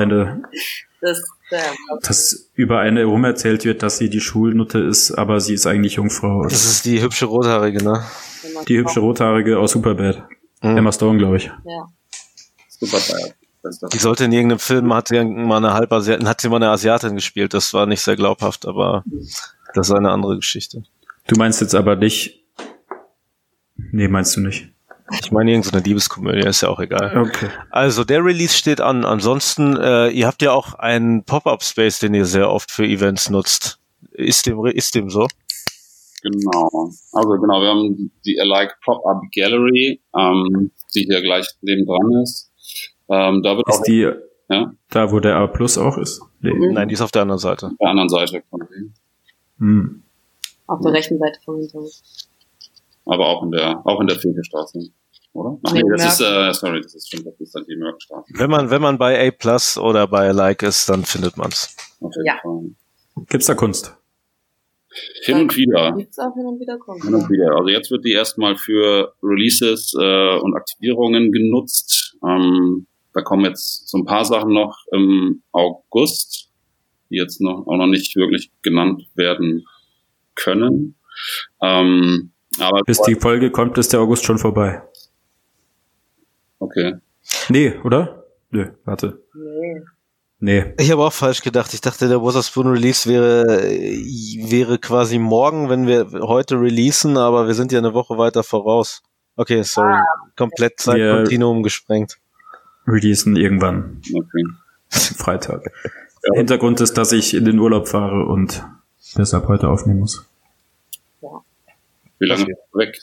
dass über eine rumerzählt wird, dass sie die Schulnutte ist, aber sie ist eigentlich Jungfrau. Das ist die hübsche Rothaarige, ne? Die hübsche Rothaarige aus Superbad. Emma Stone, glaube ich. Ja. Superbad. Die sollte in irgendeinem Film, hat sie mal eine Asiatin gespielt, das war nicht sehr glaubhaft, aber das ist eine andere Geschichte. Du meinst jetzt aber nicht... Nee, meinst du nicht. Ich meine irgendeine Liebeskomödie, ist ja auch egal. Okay. Also der Release steht an. Ansonsten, ihr habt ja auch einen Pop-Up-Space, den ihr sehr oft für Events nutzt. Ist dem so? Genau. Also genau, wir haben die Alike Pop-Up Gallery, die hier gleich nebendran ist. Da wird ist auch die da, wo der A+ auch ist? Nee. Nein, die ist auf der anderen Seite. Auf der anderen Seite von dem. Auf der rechten Seite vom Hintergrund. Aber auch in der Filterstraße, oder? Ach nee, das ist dann die Mörkstraße. Wenn man bei A+ oder bei Like ist, dann findet man's. Ja. Gibt's da Kunst? Hin und wieder. Gibt's auch hin und wieder Kunst. Hin und wieder. Also jetzt wird die erstmal für Releases und Aktivierungen genutzt. Da kommen jetzt so ein paar Sachen noch im August, die jetzt auch noch nicht wirklich genannt werden können. Aber bis die Folge kommt, ist der August schon vorbei. Okay. Nee, oder? Nö, warte. Nee. Ich habe auch falsch gedacht. Ich dachte, der Wotherspoon Release wäre quasi morgen, wenn wir heute releasen, aber wir sind ja eine Woche weiter voraus. Okay, sorry. Komplett Zeitkontinuum gesprengt. Releasen irgendwann. Okay. Freitag. Ja. Hintergrund ist, dass ich in den Urlaub fahre und deshalb heute aufnehmen muss. Ja. Wie lange weg?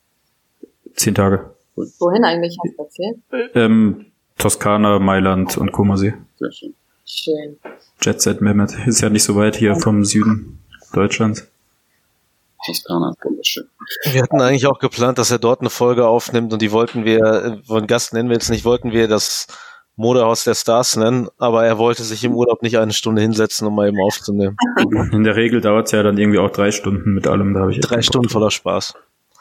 10 Tage. Wohin eigentlich, hast du erzählt? Toskana, Mailand und Comersee. Sehr schön. Schön. Jet Set Mehmet. Ist ja nicht so weit hier vom Süden Deutschlands. Toskana ist wunderschön. Wir hatten eigentlich auch geplant, dass er dort eine Folge aufnimmt und die wollten Gast nennen wir jetzt nicht, wollten wir das Modehaus der Stars nennen, aber er wollte sich im Urlaub nicht eine Stunde hinsetzen, um mal eben aufzunehmen. In der Regel dauert es ja dann irgendwie auch 3 Stunden mit allem. Da habe ich 3 Stunden voller Spaß.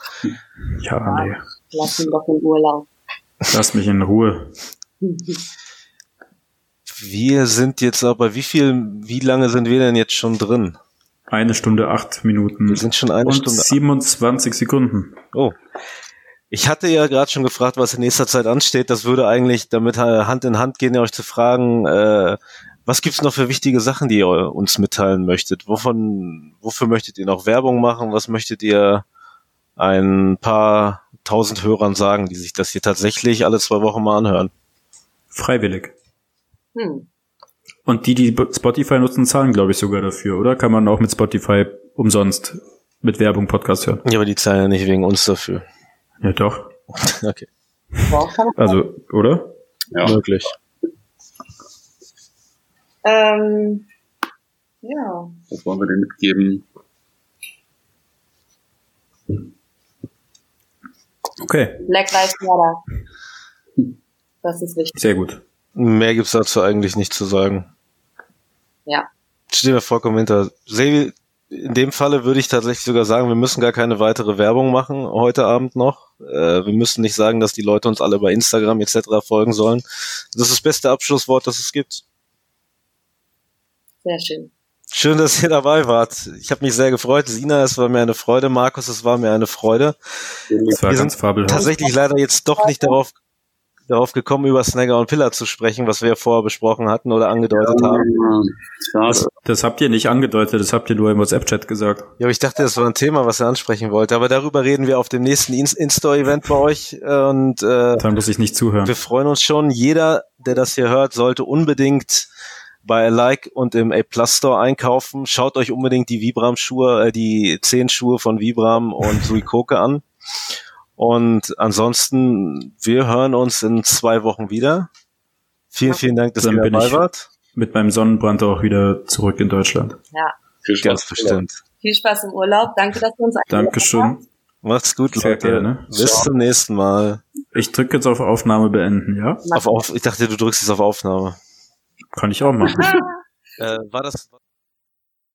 Ja, nee. Lass ihn doch in Urlaub. Lass mich in Ruhe. Wir sind jetzt aber, wie lange sind wir denn jetzt schon drin? 1 Stunde 8 Minuten. Wir sind schon 1 Stunde 27 Sekunden. Oh. Ich hatte ja gerade schon gefragt, was in nächster Zeit ansteht. Das würde eigentlich damit Hand in Hand gehen, euch zu fragen, was gibt's noch für wichtige Sachen, die ihr uns mitteilen möchtet? Wofür möchtet ihr noch Werbung machen? Was möchtet ihr ein paar 1000 Hörern sagen, die sich das hier tatsächlich alle 2 Wochen mal anhören? Freiwillig. Und die Spotify nutzen, zahlen, glaube ich, sogar dafür, oder? Kann man auch mit Spotify umsonst mit Werbung Podcast hören? Ja, aber die zahlen ja nicht wegen uns dafür. Ja, doch. Okay. Also, oder? Ja. Möglich. Ja. Was wollen wir denn mitgeben? Okay. Black Lives Matter. Das ist wichtig. Sehr gut. Mehr gibt's dazu eigentlich nicht zu sagen. Ja. Stehen wir vollkommen hinter. Sevi, in dem Falle würde ich tatsächlich sogar sagen, wir müssen gar keine weitere Werbung machen heute Abend noch. Wir müssen nicht sagen, dass die Leute uns alle bei Instagram etc. folgen sollen. Das ist das beste Abschlusswort, das es gibt. Sehr schön. Schön, dass ihr dabei wart. Ich habe mich sehr gefreut. Sina, es war mir eine Freude. Markus, es war mir eine Freude. Das war ganz fabelhaft. Tatsächlich leider jetzt doch nicht darauf gekommen, über Snagger und Pillar zu sprechen, was wir vorher besprochen hatten oder angedeutet haben. Das habt ihr nicht angedeutet, das habt ihr nur im WhatsApp-Chat gesagt. Ja, aber ich dachte, das war ein Thema, was ihr ansprechen wollt. Aber darüber reden wir auf dem nächsten In-Store-Event bei euch. Und dann muss ich nicht zuhören. Wir freuen uns schon. Jeder, der das hier hört, sollte unbedingt bei Like und im A+ Store einkaufen. Schaut euch unbedingt die Vibram-Schuhe, die 10 Schuhe von Vibram und Suikoke an. Und ansonsten, wir hören uns in 2 Wochen wieder. Vielen, vielen Dank, dass ihr dabei wart. Mit meinem Sonnenbrand auch wieder zurück in Deutschland. Ja. Viel Spaß. Ganz bestimmt. Viel Spaß im Urlaub. Danke, dass du uns Dankeschön. Macht's gut, Leute. Sehr gerne. Bis zum nächsten Mal. Ich drücke jetzt auf Aufnahme beenden, ja? Ich dachte, du drückst jetzt auf Aufnahme. Kann ich auch machen. War das